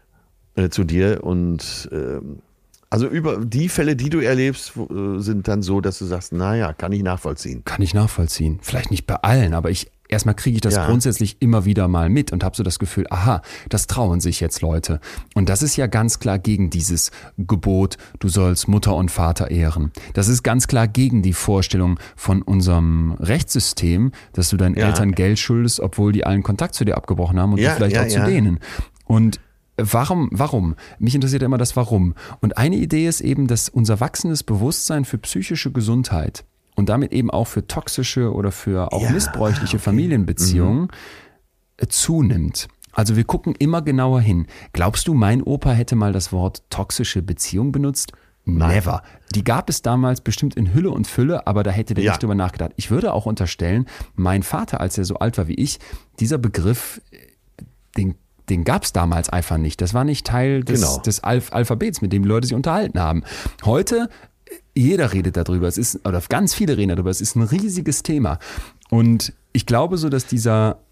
äh, zu dir. Und ähm, also über die Fälle, die du erlebst, wo, äh, sind dann so, dass du sagst, naja, kann ich nachvollziehen. Kann ich nachvollziehen. Vielleicht nicht bei allen, aber ich erstmal kriege ich das Ja. grundsätzlich immer wieder mal mit und habe so das Gefühl, aha, das trauen sich jetzt Leute. Und das ist ja ganz klar gegen dieses Gebot, du sollst Mutter und Vater ehren. Das ist ganz klar gegen die Vorstellung von unserem Rechtssystem, dass du deinen Ja. Eltern Geld schuldest, obwohl die allen Kontakt zu dir abgebrochen haben und Ja, du vielleicht ja, auch zu ja. denen. Und Warum, warum? Mich interessiert immer das Warum. Und eine Idee ist eben, dass unser wachsendes Bewusstsein für psychische Gesundheit und damit eben auch für toxische oder für auch Ja, missbräuchliche Familienbeziehungen äh, zunimmt. Also wir gucken immer genauer hin. Glaubst du, mein Opa hätte mal das Wort toxische Beziehung benutzt? Never. Die gab es damals bestimmt in Hülle und Fülle, aber da hätte der Ja. nicht drüber nachgedacht. Ich würde auch unterstellen, mein Vater, als er so alt war wie ich, dieser Begriff, den Den gab es damals einfach nicht. Das war nicht Teil des, Genau. des Alph- Alphabets, mit dem die Leute sich unterhalten haben. Heute, jeder redet darüber. Es ist, oder ganz viele reden darüber. Es ist ein riesiges Thema. Und ich glaube so, dass dieser,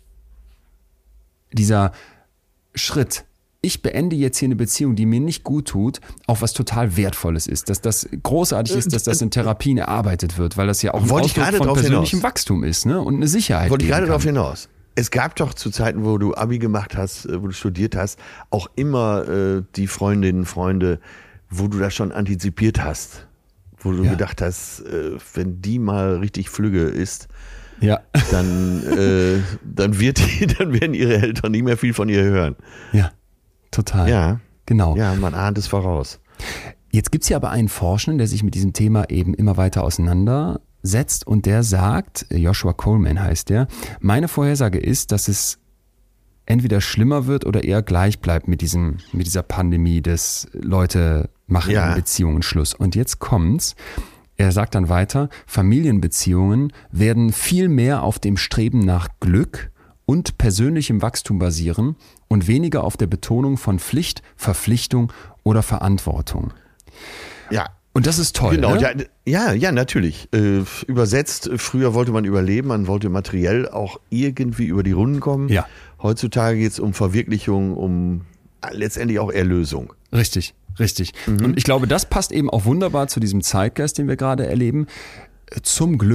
dieser Schritt, ich beende jetzt hier eine Beziehung, die mir nicht gut tut, auch was total Wertvolles ist. Dass das großartig ist, dass das in Therapien erarbeitet wird, weil das ja auch ein Wollte ich Ausdruck gerade von drauf persönlichem hinaus. Wachstum ist, ne? Und eine Sicherheit. Wollte ich geben gerade kann. darauf hinaus. Es gab doch zu Zeiten, wo du Abi gemacht hast, äh, wo du studiert hast, auch immer äh, die Freundinnen, Freunde, wo du das schon antizipiert hast. Wo du Ja. gedacht hast, äh, wenn die mal richtig flügge ist, Ja, dann, äh, dann, wird die, dann werden ihre Eltern nicht mehr viel von ihr hören. ja, total. Ja, Genau. ja, man ahnt es voraus. Jetzt gibt es ja aber einen Forschenden, der sich mit diesem Thema eben immer weiter auseinandersetzt und der sagt, Joshua Coleman heißt der, meine Vorhersage ist, dass es entweder schlimmer wird oder eher gleich bleibt mit diesem, mit dieser Pandemie des Leute machen Ja. in Beziehungen Schluss. Und jetzt kommt's. Er sagt dann weiter, Familienbeziehungen werden viel mehr auf dem Streben nach Glück und persönlichem Wachstum basieren und weniger auf der Betonung von Pflicht, Verpflichtung oder Verantwortung. Ja, Und das ist toll, genau. ne? Ja, ja, ja, natürlich. Äh, übersetzt, früher wollte man überleben, man wollte materiell auch irgendwie über die Runden kommen. Ja. Heutzutage geht es um Verwirklichung, um letztendlich auch Erlösung. Richtig, richtig. Und ich glaube, das passt eben auch wunderbar zu diesem Zeitgeist, den wir gerade erleben. Zum Glück,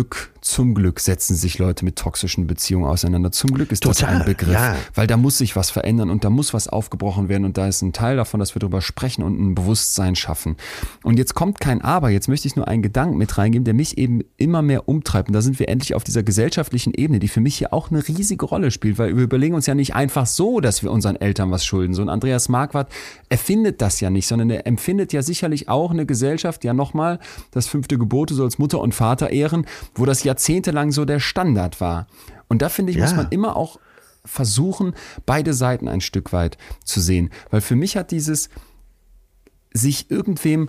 zum Glück setzen sich Leute mit toxischen Beziehungen auseinander. Zum Glück ist Total, das ein Begriff, ja. weil da muss sich was verändern und da muss was aufgebrochen werden und da ist ein Teil davon, dass wir darüber sprechen und ein Bewusstsein schaffen. Und jetzt kommt kein Aber, jetzt möchte ich nur einen Gedanken mit reingeben, der mich eben immer mehr umtreibt. Und da sind wir endlich auf dieser gesellschaftlichen Ebene, die für mich hier auch eine riesige Rolle spielt, weil wir überlegen uns ja nicht einfach so, dass wir unseren Eltern was schulden. So ein Andreas Marquardt erfindet das ja nicht, sondern er empfindet ja sicherlich auch eine Gesellschaft, ja nochmal, das fünfte Gebot, du sollst Mutter und Vater ehren, wo das jahrzehntelang so der Standard war. Und da finde ich, Ja. muss man immer auch versuchen, beide Seiten ein Stück weit zu sehen. Weil für mich hat dieses sich irgendwem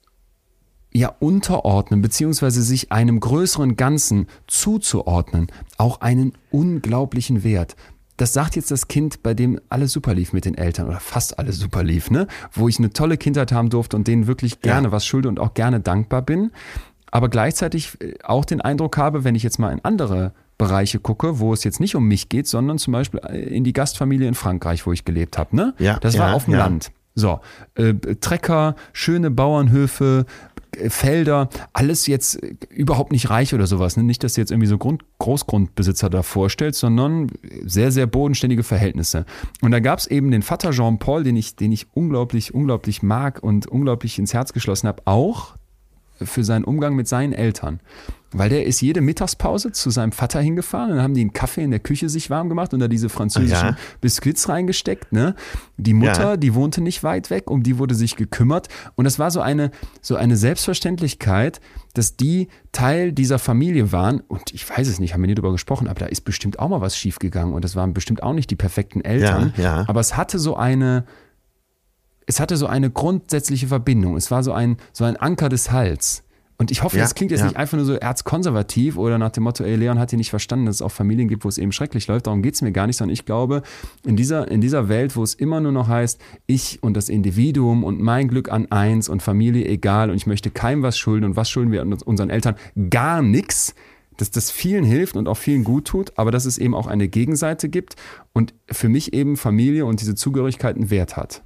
ja unterordnen, beziehungsweise sich einem größeren Ganzen zuzuordnen, auch einen unglaublichen Wert. Das sagt jetzt das Kind, bei dem alles super lief mit den Eltern oder fast alles super lief, ne? Wo ich eine tolle Kindheit haben durfte und denen wirklich gerne Ja. was schulde und auch gerne dankbar bin, aber gleichzeitig auch den Eindruck habe, wenn ich jetzt mal in andere Bereiche gucke, wo es jetzt nicht um mich geht, sondern zum Beispiel in die Gastfamilie in Frankreich, wo ich gelebt habe, ne? Ja, Das war ja, auf dem ja. Land. So, äh, Trecker, schöne Bauernhöfe, Felder, alles jetzt überhaupt nicht reich oder sowas. Ne? Nicht, dass du jetzt irgendwie so Grund, Großgrundbesitzer da vorstellst, sondern sehr, sehr bodenständige Verhältnisse. Und da gab es eben den Vater Jean-Paul, den ich, den ich unglaublich, unglaublich mag und unglaublich ins Herz geschlossen habe, auch für seinen Umgang mit seinen Eltern. Weil der ist jede Mittagspause zu seinem Vater hingefahren und dann haben die einen Kaffee in der Küche sich warm gemacht und da diese französischen Ja. Biskuits reingesteckt. Ne? Die Mutter, Ja. die wohnte nicht weit weg, um die wurde sich gekümmert. Und das war so eine, so eine Selbstverständlichkeit, dass die Teil dieser Familie waren. Und ich weiß es nicht, haben wir nie drüber gesprochen, aber da ist bestimmt auch mal was schiefgegangen und das waren bestimmt auch nicht die perfekten Eltern. Ja, ja. Aber es hatte so eine, es hatte so eine grundsätzliche Verbindung. Es war so ein, so ein Anker des Hals. Und ich hoffe, Ja, das klingt jetzt ja. nicht einfach nur so erzkonservativ oder nach dem Motto, ey, Leon hat hier nicht verstanden, dass es auch Familien gibt, wo es eben schrecklich läuft. Darum geht es mir gar nicht, sondern ich glaube, in dieser, in dieser Welt, wo es immer nur noch heißt, ich und das Individuum und mein Glück an eins und Familie egal und ich möchte keinem was schulden und was schulden wir unseren Eltern? Gar nichts. Dass das vielen hilft und auch vielen gut tut, aber dass es eben auch eine Gegenseite gibt und für mich eben Familie und diese Zugehörigkeit einen Wert hat.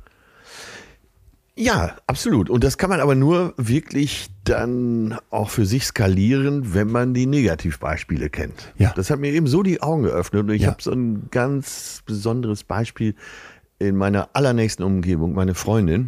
Ja, absolut. Und das kann man aber nur wirklich dann auch für sich skalieren, wenn man die Negativbeispiele kennt. Ja. Das hat mir eben so die Augen geöffnet und ich Ja. habe so ein ganz besonderes Beispiel in meiner allernächsten Umgebung, meine Freundin,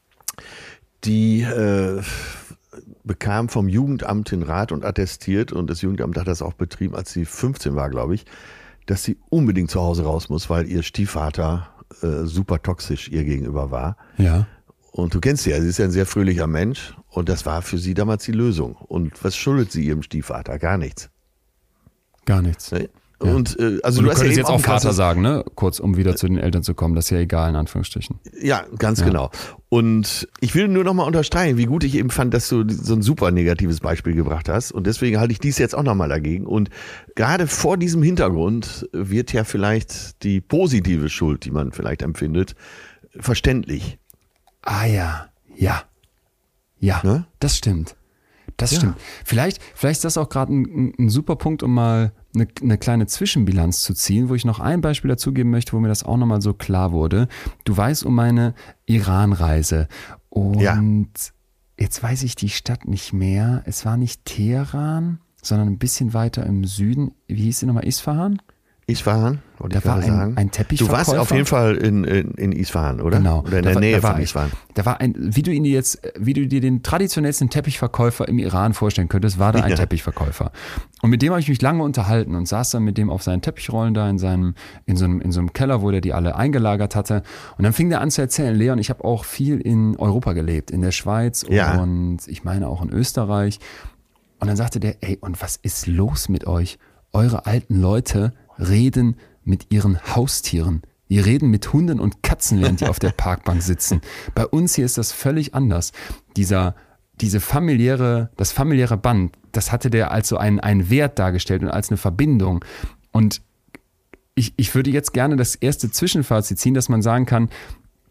die äh, bekam vom Jugendamt den Rat und attestiert, und das Jugendamt hat das auch betrieben, als sie fünfzehn war, glaube ich, dass sie unbedingt zu Hause raus muss, weil ihr Stiefvater äh, super toxisch ihr gegenüber war. Ja. Und du kennst sie ja, sie ist ja ein sehr fröhlicher Mensch und das war für sie damals die Lösung. Und was schuldet sie ihrem Stiefvater? Gar nichts. Gar nichts. Ne? Und äh, also Und du du hast ja könntest eben jetzt auch ein Vater krasses- sagen, ne? Kurz, um wieder zu den Eltern zu kommen. Das ist ja egal, in Anführungsstrichen. Ja, ganz Ja. genau. Und ich will nur nochmal unterstreichen, wie gut ich eben fand, dass du so ein super negatives Beispiel gebracht hast. Und deswegen halte ich dies jetzt auch nochmal dagegen. Und gerade vor diesem Hintergrund wird ja vielleicht die positive Schuld, die man vielleicht empfindet, verständlich. Ah ja, ja, ja, Ne? das stimmt. Das Ja. stimmt. Vielleicht, vielleicht ist das auch gerade ein, ein super Punkt, um mal eine, eine kleine Zwischenbilanz zu ziehen, wo ich noch ein Beispiel dazugeben möchte, wo mir das auch nochmal so klar wurde. Du weißt um meine Iran-Reise und Ja. jetzt weiß ich die Stadt nicht mehr. Es war nicht Teheran, sondern ein bisschen weiter im Süden. Wie hieß sie nochmal? Isfahan? Isfahan, wollte Da ich war gerade ein- sagen. ein Du Teppichverkäufer. warst auf jeden Fall in, in, in Isfahan, oder? Genau. Oder in Da der war- Nähe da war von ich. Isfahan. Da war ein, wie du ihn dir jetzt, wie du dir den traditionellsten Teppichverkäufer im Iran vorstellen könntest, war da ein Ja. Teppichverkäufer. Und mit dem habe ich mich lange unterhalten und saß dann mit dem auf seinen Teppichrollen da in seinem, in so einem, in so einem Keller, wo der die alle eingelagert hatte. Und dann fing der an zu erzählen, Leon, ich habe auch viel in Europa gelebt, in der Schweiz Ja. und ich meine auch in Österreich. Und dann sagte der, ey, und was ist los mit euch? Eure alten Leute reden mit ihren Haustieren. Die reden mit Hunden und Katzen, während die auf der Parkbank sitzen. Bei uns hier ist das völlig anders. Dieser, diese familiäre, das familiäre Band, das hatte der als so einen, einen Wert dargestellt und als eine Verbindung. Und ich, ich würde jetzt gerne das erste Zwischenfazit ziehen, dass man sagen kann,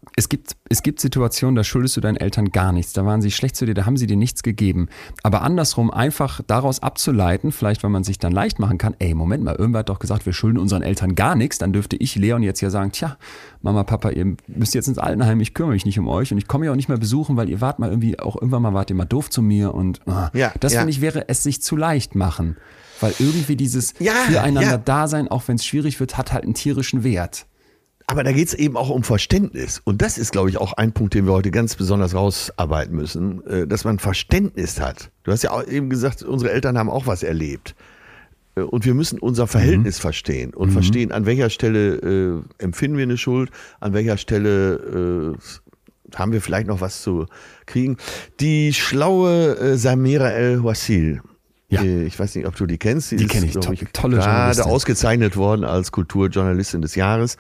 Es gibt, es gibt Situationen, da schuldest du deinen Eltern gar nichts. Da waren sie schlecht zu dir, da haben sie dir nichts gegeben. Aber andersrum einfach daraus abzuleiten, vielleicht weil man sich dann leicht machen kann, ey, Moment mal, irgendwer hat doch gesagt, wir schulden unseren Eltern gar nichts. Dann dürfte ich, Leon, jetzt ja sagen, tja, Mama, Papa, ihr müsst jetzt ins Altenheim, ich kümmere mich nicht um euch und ich komme ja auch nicht mehr besuchen, weil ihr wart mal irgendwie, auch irgendwann mal wart ihr mal doof zu mir und ah, ja, das ja. finde ich, wäre es sich zu leicht machen. Weil irgendwie dieses ja, Füreinander ja. Dasein, auch wenn es schwierig wird, hat halt einen tierischen Wert. Aber da geht es eben auch um Verständnis. Und das ist, glaube ich, auch ein Punkt, den wir heute ganz besonders rausarbeiten müssen, dass man Verständnis hat. Du hast ja auch eben gesagt, unsere Eltern haben auch was erlebt. Und wir müssen unser Verhältnis mhm. verstehen und mhm. verstehen, an welcher Stelle äh, empfinden wir eine Schuld, an welcher Stelle äh, haben wir vielleicht noch was zu kriegen. Die schlaue äh, Samira El-Wassil, ja. äh, ich weiß nicht, ob du die kennst. Die, die kenne ich, to- ich, tolle gerade Journalistin. ausgezeichnet worden als Kulturjournalistin des Jahres.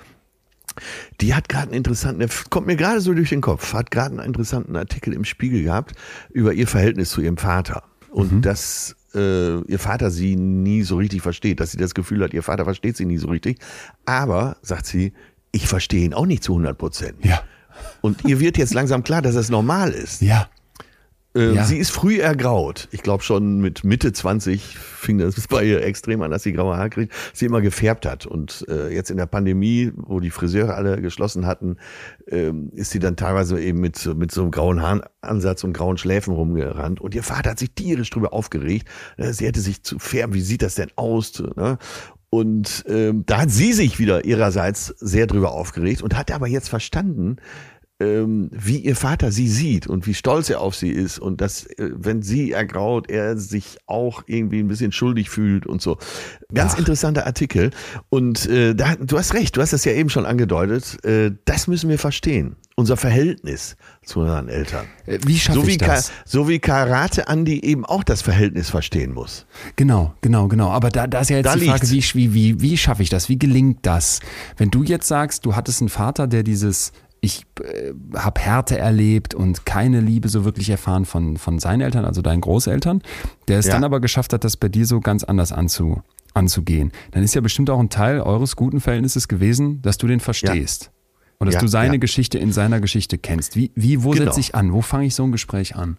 Die hat gerade einen interessanten, der kommt mir gerade so durch den Kopf, hat gerade einen interessanten Artikel im Spiegel gehabt über ihr Verhältnis zu ihrem Vater. Und mhm. dass äh, ihr Vater sie nie so richtig versteht, dass sie das Gefühl hat, ihr Vater versteht sie nie so richtig. Aber, sagt sie, ich verstehe ihn auch nicht zu hundert Prozent. Ja. Und ihr wird jetzt langsam klar, dass das normal ist. Ja. Äh, ja. Sie ist früh ergraut. Ich glaube schon mit Mitte zwanzig fing das bei ihr extrem an, dass sie graue Haare kriegt, sie immer gefärbt hat. Und äh, jetzt in der Pandemie, wo die Friseure alle geschlossen hatten, ähm, ist sie dann teilweise eben mit, mit so einem grauen Haaransatz und grauen Schläfen rumgerannt. Und ihr Vater hat sich tierisch drüber aufgeregt. Äh, sie hätte sich zu färben. Wie sieht das denn aus? Ne? Und ähm, da hat sie sich wieder ihrerseits sehr drüber aufgeregt und hat aber jetzt verstanden, Ähm, wie ihr Vater sie sieht und wie stolz er auf sie ist und dass, äh, wenn sie ergraut, er sich auch irgendwie ein bisschen schuldig fühlt und so. Ganz Ach. interessanter Artikel. Und äh, da, du hast recht, du hast das ja eben schon angedeutet. Äh, das müssen wir verstehen. Unser Verhältnis zu unseren Eltern. Wie schaffe so ich das? Ka- so wie Karate Andi eben auch das Verhältnis verstehen muss. Genau, genau, genau. Aber da, da ist ja jetzt da die Frage, wie, wie, wie, wie schaffe ich das? Wie gelingt das? Wenn du jetzt sagst, du hattest einen Vater, der dieses ich äh, habe Härte erlebt und keine Liebe so wirklich erfahren von, von seinen Eltern, also deinen Großeltern, der es ja. dann aber geschafft hat, das bei dir so ganz anders anzu, anzugehen. Dann ist ja bestimmt auch ein Teil eures guten Verhältnisses gewesen, dass du den verstehst. Ja. Und dass ja, du seine ja. Geschichte in seiner Geschichte kennst. Wie, wie wo genau. setze ich an? Wo fange ich so ein Gespräch an?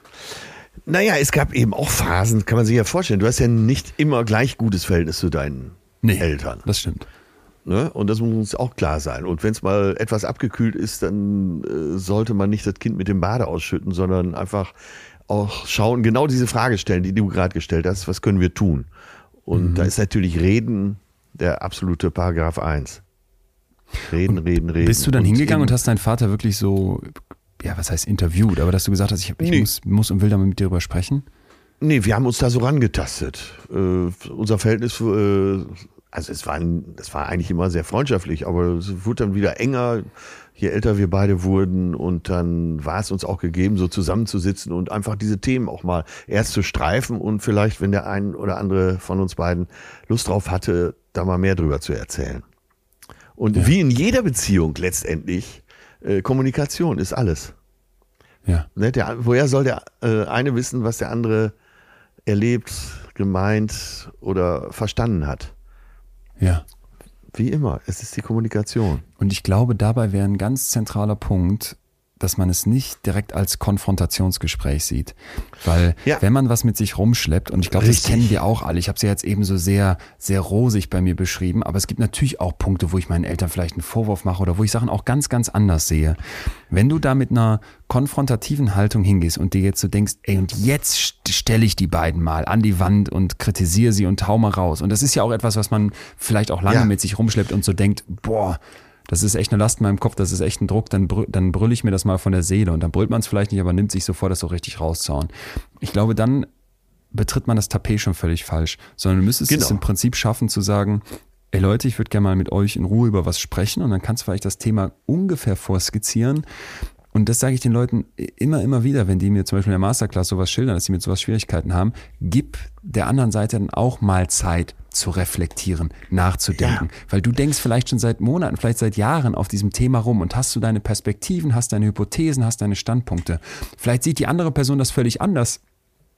Naja, es gab eben auch Phasen, kann man sich ja vorstellen. Du hast ja nicht immer gleich gutes Verhältnis zu deinen nee, Eltern. Das stimmt. Ne? Und das muss uns auch klar sein. Und wenn es mal etwas abgekühlt ist, dann äh, sollte man nicht das Kind mit dem Bade ausschütten, sondern einfach auch schauen, genau diese Frage stellen, die du gerade gestellt hast, was können wir tun? Und mhm. da ist natürlich Reden der absolute Paragraph eins. Reden, und reden, reden. Bist du dann und hingegangen und hast deinen Vater wirklich so, ja, was heißt interviewt, aber dass du gesagt hast, ich, ich nee. muss, muss und will damit mit dir darüber sprechen? Nee, wir haben uns da so rangetastet. Äh, unser Verhältnis, äh, also es war, ein, das war eigentlich immer sehr freundschaftlich, aber es wurde dann wieder enger, je älter wir beide wurden, und dann war es uns auch gegeben, so zusammenzusitzen und einfach diese Themen auch mal erst zu streifen und vielleicht, wenn der ein oder andere von uns beiden Lust drauf hatte, da mal mehr drüber zu erzählen. Und ja. wie in jeder Beziehung letztendlich, äh, Kommunikation ist alles. Ja. Ne, der, woher soll der äh, eine wissen, was der andere erlebt, gemeint oder verstanden hat? Ja. Wie immer, es ist die Kommunikation. Und ich glaube, dabei wäre ein ganz zentraler Punkt, dass man es nicht direkt als Konfrontationsgespräch sieht. Weil ja. wenn man was mit sich rumschleppt, und ich glaube, das kennen wir auch alle, ich habe es ja jetzt eben so sehr, sehr rosig bei mir beschrieben, aber es gibt natürlich auch Punkte, wo ich meinen Eltern vielleicht einen Vorwurf mache oder wo ich Sachen auch ganz, ganz anders sehe. Wenn du da mit einer konfrontativen Haltung hingehst und dir jetzt so denkst, ey, und jetzt stelle ich die beiden mal an die Wand und kritisiere sie und hau mal raus. Und das ist ja auch etwas, was man vielleicht auch lange ja. mit sich rumschleppt und so denkt, boah, das ist echt eine Last in meinem Kopf, das ist echt ein Druck, dann, brü- dann brülle ich mir das mal von der Seele und dann brüllt man es vielleicht nicht, aber nimmt sich so vor, das so richtig rauszuhauen. Ich glaube, dann betritt man das Tapet schon völlig falsch, sondern du müsstest genau. es im Prinzip schaffen zu sagen, ey Leute, ich würde gerne mal mit euch in Ruhe über was sprechen, und dann kannst du vielleicht das Thema ungefähr vorskizzieren. Und das sage ich den Leuten immer, immer wieder, wenn die mir zum Beispiel in der Masterclass sowas schildern, dass sie mit sowas Schwierigkeiten haben, gib der anderen Seite dann auch mal Zeit zu reflektieren, nachzudenken. Ja. Weil du denkst vielleicht schon seit Monaten, vielleicht seit Jahren auf diesem Thema rum und hast du deine Perspektiven, hast deine Hypothesen, hast deine Standpunkte. Vielleicht sieht die andere Person das völlig anders.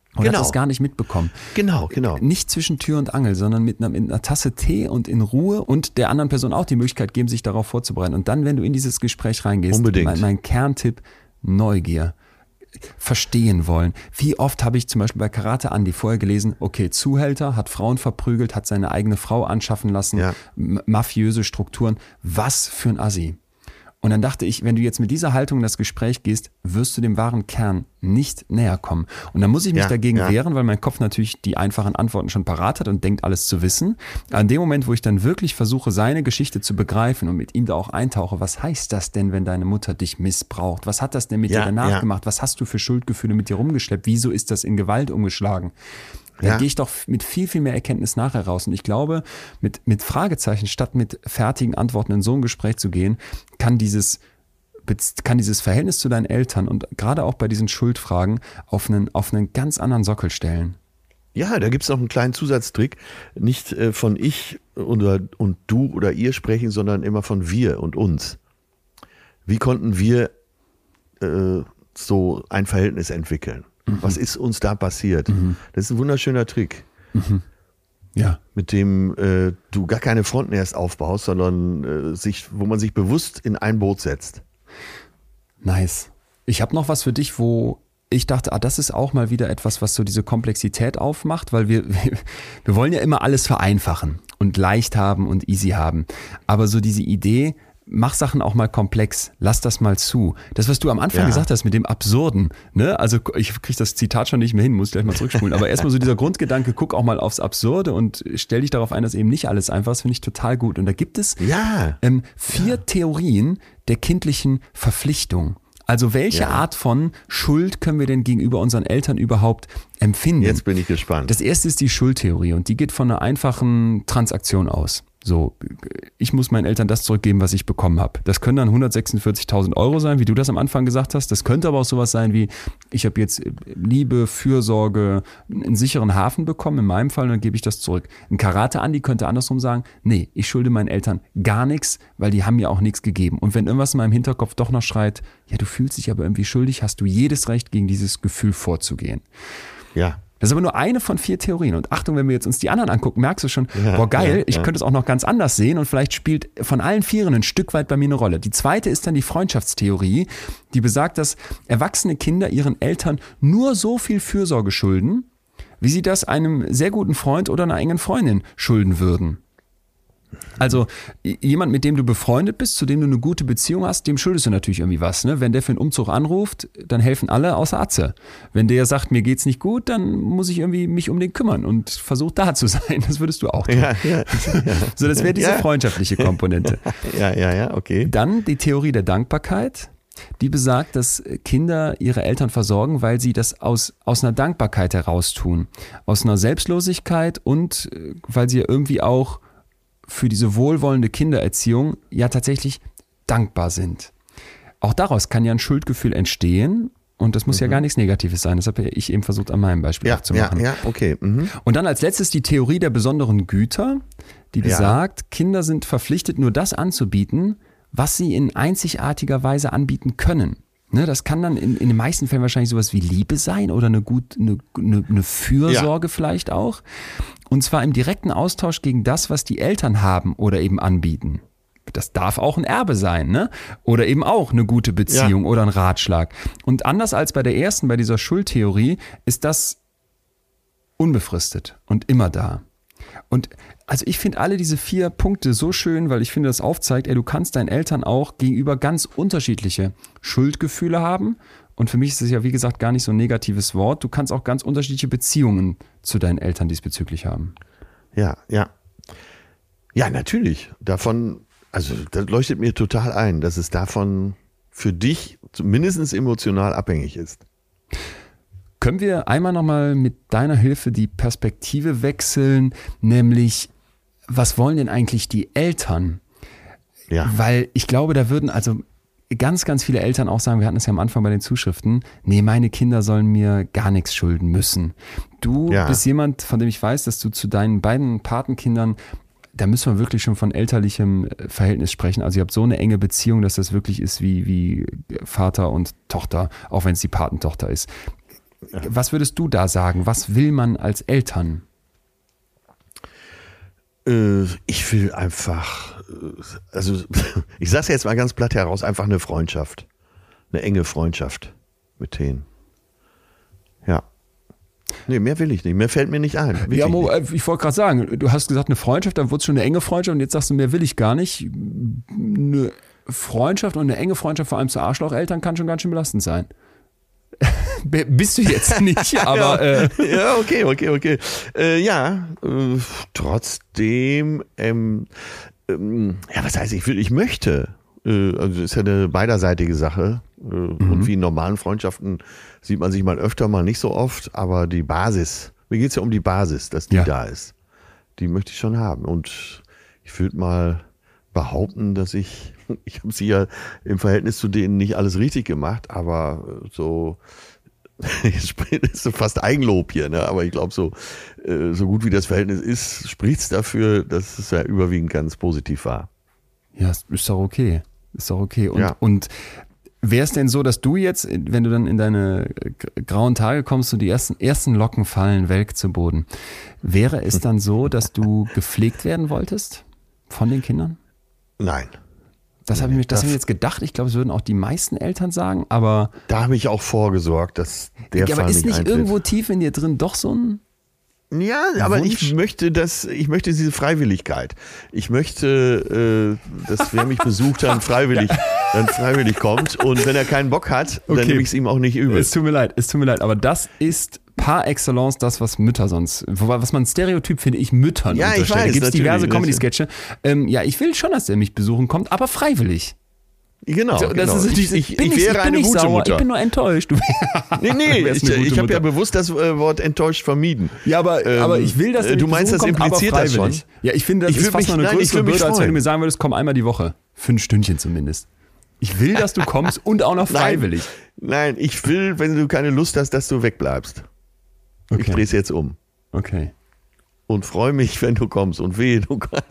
Und Genau. hat das gar nicht mitbekommen. Genau, genau. Nicht zwischen Tür und Angel, sondern mit einer, mit einer Tasse Tee und in Ruhe und der anderen Person auch die Möglichkeit geben, sich darauf vorzubereiten. Und dann, wenn du in dieses Gespräch reingehst, Unbedingt. Mein, mein Kerntipp, Neugier. Verstehen wollen. Wie oft habe ich zum Beispiel bei Karate Andi vorher gelesen, okay, Zuhälter, hat Frauen verprügelt, hat seine eigene Frau anschaffen lassen, Ja. m- mafiöse Strukturen. Was für ein Assi. Und dann dachte ich, wenn du jetzt mit dieser Haltung in das Gespräch gehst, wirst du dem wahren Kern nicht näher kommen. Und dann muss ich mich Ja, dagegen ja. wehren, weil mein Kopf natürlich die einfachen Antworten schon parat hat und denkt, alles zu wissen. An dem Moment, wo ich dann wirklich versuche, seine Geschichte zu begreifen und mit ihm da auch eintauche, was heißt das denn, wenn deine Mutter dich missbraucht? Was hat das denn mit Ja, dir danach ja. gemacht? Was hast du für Schuldgefühle mit dir rumgeschleppt? Wieso ist das in Gewalt umgeschlagen? Da Ja. gehe ich doch mit viel, viel mehr Erkenntnis nachher raus. Und ich glaube, mit, mit Fragezeichen statt mit fertigen Antworten in so ein Gespräch zu gehen, kann dieses kann dieses Verhältnis zu deinen Eltern und gerade auch bei diesen Schuldfragen auf einen, auf einen ganz anderen Sockel stellen. Ja, da gibt's noch einen kleinen Zusatztrick. Nicht äh, von ich oder, und du oder ihr sprechen, sondern immer von wir und uns. Wie konnten wir äh, so ein Verhältnis entwickeln? Mhm. Was ist uns da passiert? Mhm. Das ist ein wunderschöner Trick. Mhm. Ja. Mit dem äh, du gar keine Fronten erst aufbaust, sondern äh, sich, wo man sich bewusst in ein Boot setzt. Nice. Ich habe noch was für dich, wo ich dachte, ah, das ist auch mal wieder etwas, was so diese Komplexität aufmacht, weil wir, wir wollen ja immer alles vereinfachen und leicht haben und easy haben. Aber so diese Idee, mach Sachen auch mal komplex, lass das mal zu. Das, was du am Anfang Ja. gesagt hast mit dem Absurden, ne? Also ich kriege das Zitat schon nicht mehr hin, muss gleich mal zurückspulen. Aber erstmal so dieser Grundgedanke, guck auch mal aufs Absurde und stell dich darauf ein, dass eben nicht alles einfach ist, finde ich total gut. Und da gibt es Ja. ähm, vier ja. Theorien der kindlichen Verpflichtung. Also welche Ja. Art von Schuld können wir denn gegenüber unseren Eltern überhaupt empfinden? Jetzt bin ich gespannt. Das erste ist die Schuldtheorie und die geht von einer einfachen Transaktion aus. So, ich muss meinen Eltern das zurückgeben, was ich bekommen habe. Das können dann hundertsechsundvierzigtausend Euro sein, wie du das am Anfang gesagt hast. Das könnte aber auch sowas sein wie, ich habe jetzt Liebe, Fürsorge, einen sicheren Hafen bekommen, in meinem Fall, und dann gebe ich das zurück. Ein Karate-Andi könnte andersrum sagen, nee, ich schulde meinen Eltern gar nichts, weil die haben mir auch nichts gegeben. Und wenn irgendwas in meinem Hinterkopf doch noch schreit, ja, du fühlst dich aber irgendwie schuldig, hast du jedes Recht, gegen dieses Gefühl vorzugehen. Ja. Das ist aber nur eine von vier Theorien. Und Achtung, wenn wir jetzt uns die anderen angucken, merkst du schon, Ja, boah geil, ja, ich ja. könnte es auch noch ganz anders sehen und vielleicht spielt von allen Vieren ein Stück weit bei mir eine Rolle. Die zweite ist dann die Freundschaftstheorie, die besagt, dass erwachsene Kinder ihren Eltern nur so viel Fürsorge schulden, wie sie das einem sehr guten Freund oder einer engen Freundin schulden würden. Also jemand, mit dem du befreundet bist, zu dem du eine gute Beziehung hast, dem schuldest du natürlich irgendwie was. Ne? Wenn der für einen Umzug anruft, dann helfen alle außer Atze. Wenn der sagt, mir geht's nicht gut, dann muss ich irgendwie mich um den kümmern und versuche da zu sein. Das würdest du auch tun. Ja, ja, ja. So, das wäre diese Ja. freundschaftliche Komponente. Ja, ja, ja, okay. Dann die Theorie der Dankbarkeit. Die besagt, dass Kinder ihre Eltern versorgen, weil sie das aus, aus einer Dankbarkeit heraus tun. Aus einer Selbstlosigkeit und äh, weil sie ja irgendwie auch für diese wohlwollende Kindererziehung ja tatsächlich dankbar sind. Auch daraus kann ja ein Schuldgefühl entstehen und das muss mhm. ja gar nichts Negatives sein. Das habe ich eben versucht, an meinem Beispiel Ja, auch zu ja, machen. ja, okay. Mhm. Und dann als letztes die Theorie der besonderen Güter, die besagt, ja. Kinder sind verpflichtet, nur das anzubieten, was sie in einzigartiger Weise anbieten können. Ne, das kann dann in, in den meisten Fällen wahrscheinlich sowas wie Liebe sein oder eine, gut, eine, eine, eine Fürsorge ja. vielleicht auch. Und zwar im direkten Austausch gegen das, was die Eltern haben oder eben anbieten. Das darf auch ein Erbe sein, ne? Oder eben auch eine gute Beziehung ja. oder ein Ratschlag. Und anders als bei der ersten, bei dieser Schuldtheorie, ist das unbefristet und immer da. Und also ich finde alle diese vier Punkte so schön, weil ich finde, das aufzeigt, ey, du kannst deinen Eltern auch gegenüber ganz unterschiedliche Schuldgefühle haben. Und für mich ist es ja, wie gesagt, gar nicht so ein negatives Wort. Du kannst auch ganz unterschiedliche Beziehungen zu deinen Eltern diesbezüglich haben. Ja, ja. Ja, natürlich. Davon, also das leuchtet mir total ein, dass es davon für dich zumindest emotional abhängig ist. Können wir einmal nochmal mit deiner Hilfe die Perspektive wechseln, nämlich, was wollen denn eigentlich die Eltern? Ja. Weil ich glaube, da würden also ganz, ganz viele Eltern auch sagen, wir hatten es ja am Anfang bei den Zuschriften, nee, meine Kinder sollen mir gar nichts schulden müssen. Du ja. bist jemand, von dem ich weiß, dass du zu deinen beiden Patenkindern, da müssen wir wirklich schon von elterlichem Verhältnis sprechen. Also ihr habt so eine enge Beziehung, dass das wirklich ist wie, wie Vater und Tochter, auch wenn es die Patentochter ist. was würdest du da sagen? Was will man als Eltern? Äh, ich will einfach, also ich sage jetzt mal ganz platt heraus, einfach eine Freundschaft. Eine enge Freundschaft mit denen. Ja. Nee, mehr will ich nicht. Mehr fällt mir nicht ein. Ja, Mo, nicht. ich wollte gerade sagen, du hast gesagt eine Freundschaft, dann wurde es schon eine enge Freundschaft und jetzt sagst du, mehr will ich gar nicht. Eine Freundschaft und eine enge Freundschaft, vor allem zu Arschlocheltern, kann schon ganz schön belastend sein. Bist du jetzt nicht, aber... ja, äh, ja, okay, okay, okay. Äh, ja, äh, trotzdem, ähm, ähm, ja, was heißt, ich will, ich möchte. Äh, also ist ja eine beiderseitige Sache. Äh, mhm. Und wie in normalen Freundschaften sieht man sich mal öfter, mal nicht so oft, aber die Basis, mir geht es ja um die Basis, dass die ja. da ist. Die möchte ich schon haben. Und ich würde mal behaupten, dass ich, ich habe sie ja im Verhältnis zu denen nicht alles richtig gemacht, aber so, jetzt ist so fast Eigenlob hier, ne? Aber ich glaube, so, so gut wie das Verhältnis ist, spricht es dafür, dass es ja überwiegend ganz positiv war. Ja, ist doch okay. Ist doch okay. Und, ja. und wäre es denn so, dass du jetzt, wenn du dann in deine grauen Tage kommst und die ersten, ersten Locken fallen welk zu Boden, wäre es dann so, dass du gepflegt werden wolltest von den Kindern? Nein. Das habe ich mir das hab ich jetzt gedacht. Ich glaube, es würden auch die meisten Eltern sagen, aber... Da habe ich auch vorgesorgt, dass der ja, Fall aber ist nicht eintritt. irgendwo tief in dir drin doch so ein... Ja, aber Wunsch? ich möchte das, ich möchte diese Freiwilligkeit. Ich möchte, äh, dass wer mich besucht, dann freiwillig, dann freiwillig kommt. Und wenn er keinen Bock hat, dann Okay. nehme ich es ihm auch nicht übel. Es tut mir leid, es tut mir leid, aber das ist par excellence das, was Mütter sonst, was man Stereotyp, finde ich, Müttern Ja, ich unterstellt. Da weiß, gibt es diverse natürlich. Comedy-Sketche. Ähm, ja, ich will schon, dass der mich besuchen kommt, aber freiwillig. Genau, So, das genau. ist, ich, ich, bin ich nicht, wäre ich bin eine nicht gute sauer, Mutter. ich bin nur enttäuscht. Du, nee, nee, wärst ich, eine gute ich habe ja Mutter. bewusst das äh, Wort enttäuscht vermieden. Ja, aber, Ähm, aber ich will, dass der du mich meinst, besuchen das kommt, impliziert aber das schon? freiwillig. Ja, ich finde, das Ich ist würd fast mich- noch eine nein, ich größere würd mich Bürde, als wenn freuen. du mir sagen würdest, komm einmal die Woche. Fünf Stündchen zumindest. Ich will, dass du kommst und auch noch freiwillig. Nein, ich will, wenn du keine Lust hast, dass du wegbleibst. Ich Okay. drehe es jetzt um. Okay. Und freue mich, wenn du kommst. Und wehe, du kommst.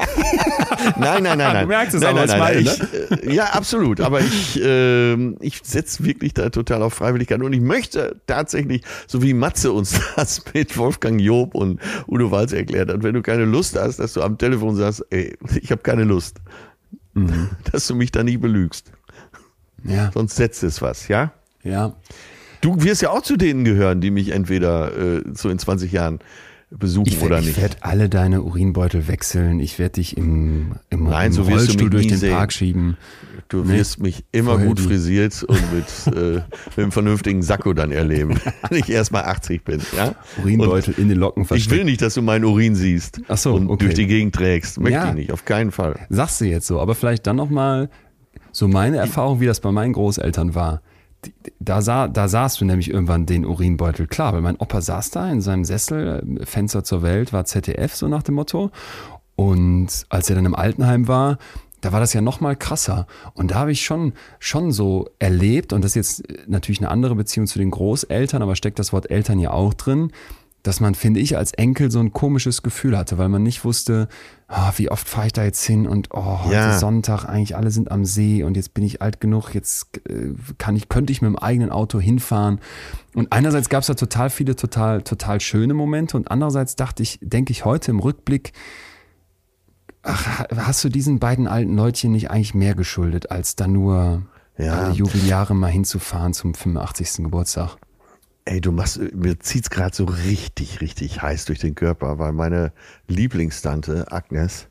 Nein, nein, nein, nein. Du merkst es nein, aber, nein, was nein, meine, ich, äh, Ja, absolut. Aber ich, äh, ich setze wirklich da total auf Freiwilligkeit. Und ich möchte tatsächlich, so wie Matze uns das mit Wolfgang Job und Udo Walz erklärt hat, wenn du keine Lust hast, dass du am Telefon sagst, ey, ich habe keine Lust. Mhm. Dass du mich da nicht belügst. Ja. Sonst setzt es was, ja? Ja. Du wirst ja auch zu denen gehören, die mich entweder äh, so in zwanzig Jahren besuchen Ich, oder werd, nicht. ich werde alle deine Urinbeutel wechseln. Ich werde dich im, im, Nein, im so wirst du Rollstuhl mich durch nie den sehen. Park schieben. Du Nee. wirst mich immer Vorher gut die- frisiert und mit, äh, mit einem vernünftigen Sakko dann erleben, wenn ich erst mal achtzig bin. Ja? Urinbeutel in den Locken Und ich versteckt. will nicht, dass du meinen Urin siehst Ach so, und okay. durch die Gegend trägst. Möchte Ja. ich nicht, auf keinen Fall. Sagst du jetzt so, aber vielleicht dann nochmal so meine Erfahrung, wie das bei meinen Großeltern war. Die- Da, sah, da sahst du nämlich irgendwann den Urinbeutel. Klar, weil mein Opa saß da in seinem Sessel, Fenster zur Welt, war Z D F, so nach dem Motto. Und als er dann im Altenheim war, da war das ja noch mal krasser. Und da habe ich schon, schon so erlebt, und das ist jetzt natürlich eine andere Beziehung zu den Großeltern, aber steckt das Wort Eltern ja auch drin, dass man, finde ich, als Enkel so ein komisches Gefühl hatte, weil man nicht wusste, ah, wie oft fahre ich da jetzt hin und oh, heute Ja. ist Sonntag, eigentlich alle sind am See und jetzt bin ich alt genug, jetzt äh, kann ich, könnte ich mit dem eigenen Auto hinfahren. Und einerseits gab es da total viele, total, total schöne Momente und andererseits dachte ich, denke ich heute im Rückblick, ach, hast du diesen beiden alten Leutchen nicht eigentlich mehr geschuldet, als da nur Ja. alle Jubeljahre mal hinzufahren zum fünfundachtzigsten Geburtstag? Ey, du machst, mir zieht's gerade so richtig, richtig heiß durch den Körper, weil meine Lieblingstante Agnes,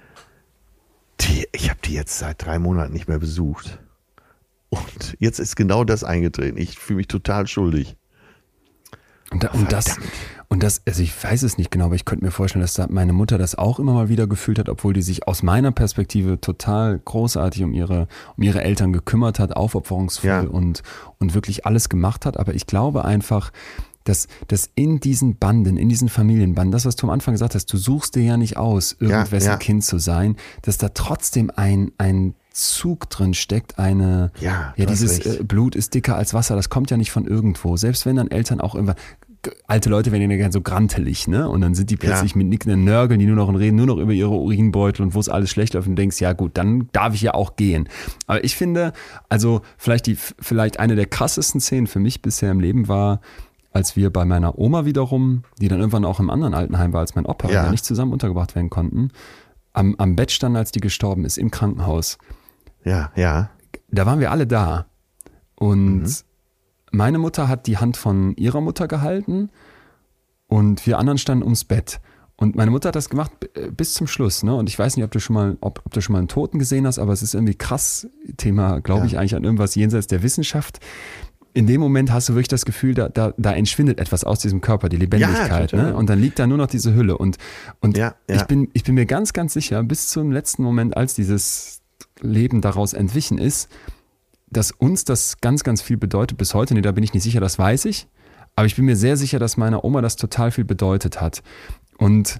die, ich habe die jetzt seit drei Monaten nicht mehr besucht. Und jetzt ist genau das eingetreten. Ich fühle mich total schuldig. Und, da, und das, und das, also ich weiß es nicht genau, aber ich könnte mir vorstellen, dass da meine Mutter das auch immer mal wieder gefühlt hat, obwohl die sich aus meiner Perspektive total großartig um ihre, um ihre Eltern gekümmert hat, aufopferungsvoll Ja. und, und wirklich alles gemacht hat. Aber ich glaube einfach, dass, dass in diesen Banden, in diesen Familienbanden, das, was du am Anfang gesagt hast, du suchst dir ja nicht aus, irgendwessen ja. Kind zu sein, dass da trotzdem ein, ein Zug drin steckt, eine, Ja, ja du hast dieses recht. äh, Blut ist dicker als Wasser, das kommt ja nicht von irgendwo. Selbst wenn dann Eltern auch irgendwann, g- alte Leute werden ja gerne so grantelig, ne? Und dann sind die plötzlich Ja. mit nickenden Nörgeln, die nur noch reden, nur noch über ihre Urinbeutel und wo es alles schlecht läuft und du denkst, ja gut, dann darf ich ja auch gehen. Aber ich finde, also vielleicht die, vielleicht eine der krassesten Szenen für mich bisher im Leben war, als wir bei meiner Oma wiederum, die dann irgendwann auch im anderen Altenheim war als mein Opa, Ja. ja. nicht zusammen untergebracht werden konnten, am, am Bett standen, als die gestorben ist, im Krankenhaus. Ja, ja. Da waren wir alle da. Und Mhm. meine Mutter hat die Hand von ihrer Mutter gehalten und wir anderen standen ums Bett. Und meine Mutter hat das gemacht b- bis zum Schluss. Ne? Und ich weiß nicht, ob du schon mal, ob, ob du schon mal einen Toten gesehen hast, aber es ist irgendwie krass. Thema, glaube Ja. ich, eigentlich an irgendwas jenseits der Wissenschaft. In dem Moment hast du wirklich das Gefühl, da, da, da entschwindet etwas aus diesem Körper, die Lebendigkeit. total. Ne? Und dann liegt da nur noch diese Hülle. Und, und Ja, ja. Ich, bin, ich bin mir ganz, ganz sicher, bis zum letzten Moment, als dieses Leben daraus entwichen ist, dass uns das ganz, ganz viel bedeutet bis heute. Nee, da bin ich nicht sicher, das weiß ich. Aber ich bin mir sehr sicher, dass meiner Oma das total viel bedeutet hat. Und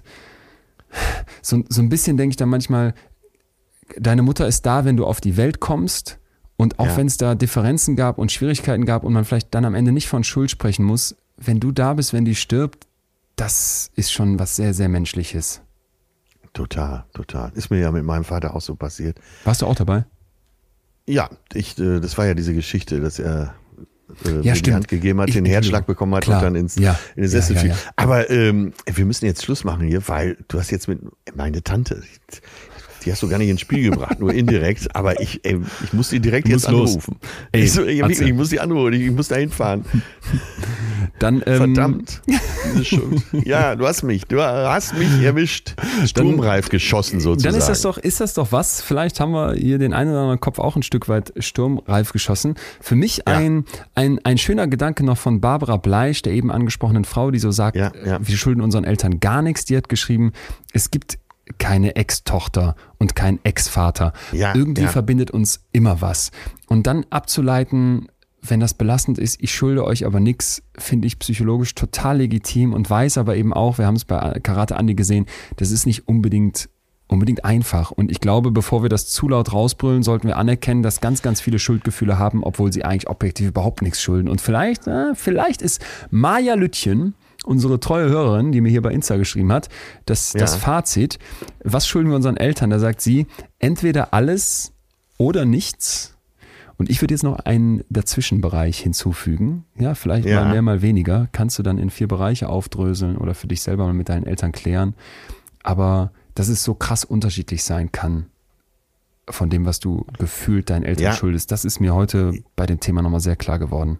so, so ein bisschen denke ich dann manchmal, deine Mutter ist da, wenn du auf die Welt kommst. Und auch Ja. wenn es da Differenzen gab und Schwierigkeiten gab und man vielleicht dann am Ende nicht von Schuld sprechen muss, wenn du da bist, wenn die stirbt, das ist schon was sehr, sehr Menschliches. Total, total. Ist mir ja mit meinem Vater auch so passiert. Warst du auch dabei? Ja, ich, äh, das war ja diese Geschichte, dass er äh, mir die stimmt. Hand gegeben hat, Ich- den ich- Herzschlag bekommen hat klar. und dann ins, Ja. in den Sessel Ja, ja, fiel. ja. Aber ähm, wir müssen jetzt Schluss machen hier, weil du hast jetzt mit meine Tante, die hast du gar nicht ins Spiel gebracht, nur indirekt, aber ich, ey, ich muss die direkt Du jetzt musst los. anrufen. Ey, ich, so, ich, Atze. ich muss die anrufen, ich, ich muss da hinfahren. Dann, ähm, Verdammt, diese Schuld. Ja, du hast mich, du hast mich erwischt. Sturmreif geschossen sozusagen. Dann ist das doch, ist das doch was. Vielleicht haben wir hier den einen oder anderen Kopf auch ein Stück weit sturmreif geschossen. Für mich Ja. ein, ein, ein schöner Gedanke noch von Barbara Bleisch, der eben angesprochenen Frau, die so sagt, Ja, ja. äh, wir schulden unseren Eltern gar nichts. Die hat geschrieben, es gibt keine Ex-Tochter und kein Ex-Vater. Ja, Irgendwie ja. verbindet uns immer was. Und dann abzuleiten, wenn das belastend ist, ich schulde euch aber nichts, finde ich psychologisch total legitim und weiß aber eben auch, wir haben es bei Karate Andi gesehen, das ist nicht unbedingt unbedingt einfach. Und ich glaube, bevor wir das zu laut rausbrüllen, sollten wir anerkennen, dass ganz, ganz viele Schuldgefühle haben, obwohl sie eigentlich objektiv überhaupt nichts schulden. Und vielleicht, äh, vielleicht ist Maja Lüttchen, unsere treue Hörerin, die mir hier bei Insta geschrieben hat, das, Ja. das Fazit, was schulden wir unseren Eltern? Da sagt sie, entweder alles oder nichts. Und ich würde jetzt noch einen Dazwischenbereich hinzufügen. Ja, vielleicht Ja. mal mehr, mal weniger. Kannst du dann in vier Bereiche aufdröseln oder für dich selber mal mit deinen Eltern klären. Aber dass es so krass unterschiedlich sein kann von dem, was du gefühlt deinen Eltern Ja. schuldest, das ist mir heute bei dem Thema nochmal sehr klar geworden.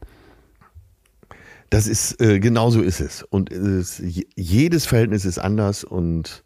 Das ist, äh, genau so ist es. Und es, je- jedes Verhältnis ist anders und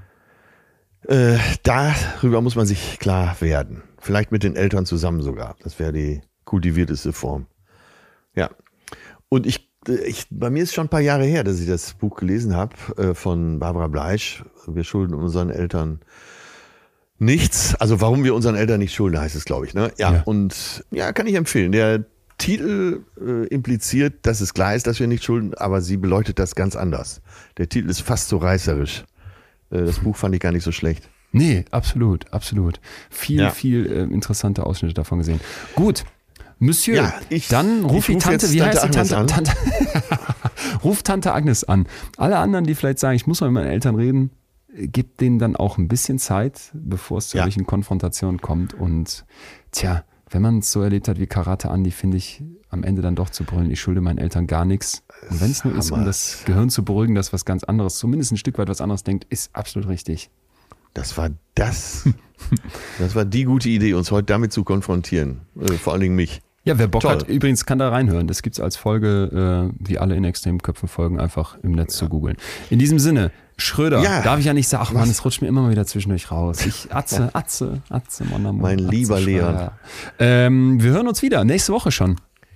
äh, darüber muss man sich klar werden. Vielleicht mit den Eltern zusammen sogar. Das wäre die kultivierteste Form. Ja. Und ich, äh, ich, bei mir ist schon ein paar Jahre her, dass ich das Buch gelesen habe äh, von Barbara Bleisch. Wir schulden unseren Eltern nichts. Also warum wir unseren Eltern nicht schulden, heißt es, glaube ich. Ne? Ja, Ja. und ja, kann ich empfehlen. Der Titel äh, impliziert, dass es klar ist, dass wir nicht schulden, aber sie beleuchtet das ganz anders. Der Titel ist fast so reißerisch. Äh, das Buch fand ich gar nicht so schlecht. Nee, absolut, absolut. Viel, Ja. viel äh, interessante Ausschnitte davon gesehen. Gut, Monsieur, Ja, ich- dann ruf ich die ruf Tante, jetzt wie Tante heißt die Agnes Tante? an. Tante ruf Tante Agnes an. Alle anderen, die vielleicht sagen, ich muss mal mit meinen Eltern reden, äh, gebt denen dann auch ein bisschen Zeit, bevor es zu Ja. solchen Konfrontationen kommt. Und tja, wenn man es so erlebt hat wie Karate Andi, finde ich am Ende dann doch zu brüllen, ich schulde meinen Eltern gar nichts. Und wenn es nur ist, um Hammer. das Gehirn zu beruhigen, dass was ganz anderes, zumindest ein Stück weit was anderes denkt, ist absolut richtig. Das war das. Das war die gute Idee, uns heute damit zu konfrontieren. Äh, vor allen Dingen mich. Ja, wer Bock Toll. hat, übrigens kann da reinhören. Das gibt's als Folge, äh, wie alle in extremen Köpfen Folgen, einfach im Netz zu googeln. In diesem Sinne, Schröder, Ja. darf ich ja nicht sagen, ach Was? man, es rutscht mir immer mal wieder zwischendurch raus. Ich, Atze, Atze, Atze, Mon amour, Mein Atze, lieber Leon. Schröder. Ähm, wir hören uns wieder, nächste Woche schon.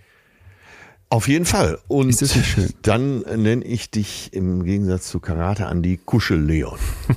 Auf jeden Fall. Und Ist das nicht schön? dann nenne ich dich im Gegensatz zu Karate Andi Kuschel-Leon.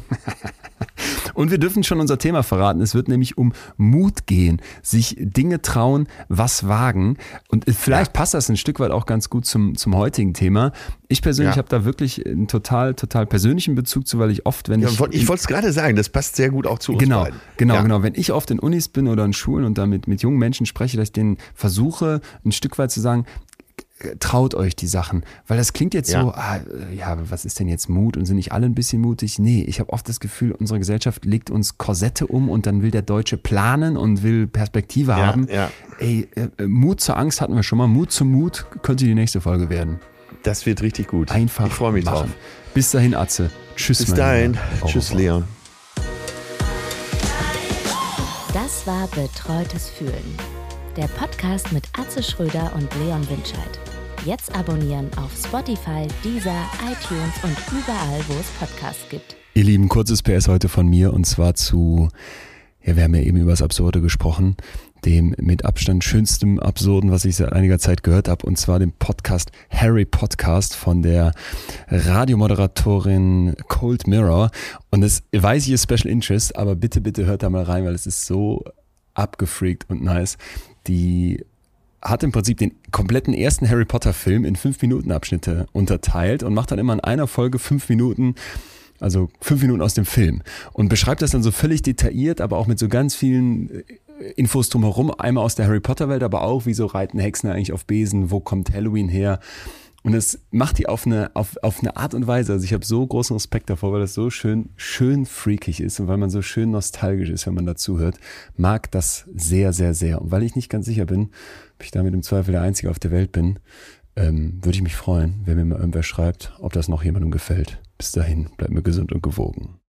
Und wir dürfen schon unser Thema verraten. Es wird nämlich um Mut gehen, sich Dinge trauen, was wagen. Und vielleicht passt das ein Stück weit auch ganz gut zum, zum heutigen Thema. Ich persönlich Ja. habe da wirklich einen total, total persönlichen Bezug zu, weil ich oft, wenn Ja, ich... wollt- ich wollte es gerade sagen, das passt sehr gut auch zu uns Genau, beiden. genau, ja. genau. Wenn ich oft in Unis bin oder in Schulen und damit mit jungen Menschen spreche, dass ich denen versuche, ein Stück weit zu sagen, traut euch die Sachen. Weil das klingt jetzt Ja. so, ah, ja, aber was ist denn jetzt Mut? Und sind nicht alle ein bisschen mutig? Nee, ich habe oft das Gefühl, unsere Gesellschaft legt uns Korsette um und dann will der Deutsche planen und will Perspektive Ja, haben. ja. Ey, äh, Mut zur Angst hatten wir schon mal. Mut zum Mut könnte die nächste Folge werden. Das wird richtig gut. Einfach Ich freue mich machen. drauf. Bis dahin, Atze. Tschüss. Bis mein dahin. Lieber. Au Tschüss, revoir. Leon. Das war Betreutes Fühlen. Der Podcast mit Atze Schröder und Leon Windscheid. Jetzt abonnieren auf Spotify, Deezer, iTunes und überall, wo es Podcasts gibt. Ihr Lieben, kurzes P S heute von mir und zwar zu, ja, wir haben ja eben über das Absurde gesprochen, dem mit Abstand schönsten Absurden, was ich seit einiger Zeit gehört habe, und zwar dem Podcast Harry Podcast von der Radiomoderatorin Cold Mirror. Und das weiß ich ist Special Interest, aber bitte, bitte hört da mal rein, weil es ist so abgefreakt und nice. Die hat im Prinzip den kompletten ersten Harry Potter Film in fünf Minuten Abschnitte unterteilt und macht dann immer in einer Folge fünf Minuten, also fünf Minuten aus dem Film und beschreibt das dann so völlig detailliert, aber auch mit so ganz vielen Infos drumherum, einmal aus der Harry Potter Welt, aber auch, wieso reiten Hexen eigentlich auf Besen, wo kommt Halloween her? Und das macht die auf eine, auf, auf eine Art und Weise, also ich habe so großen Respekt davor, weil das so schön, schön freakig ist und weil man so schön nostalgisch ist, wenn man dazu hört, mag das sehr, sehr, sehr. Und weil ich nicht ganz sicher bin, ob ich damit im Zweifel der Einzige auf der Welt bin, ähm, würde ich mich freuen, wenn mir mal irgendwer schreibt, ob das noch jemandem gefällt. Bis dahin, bleibt mir gesund und gewogen.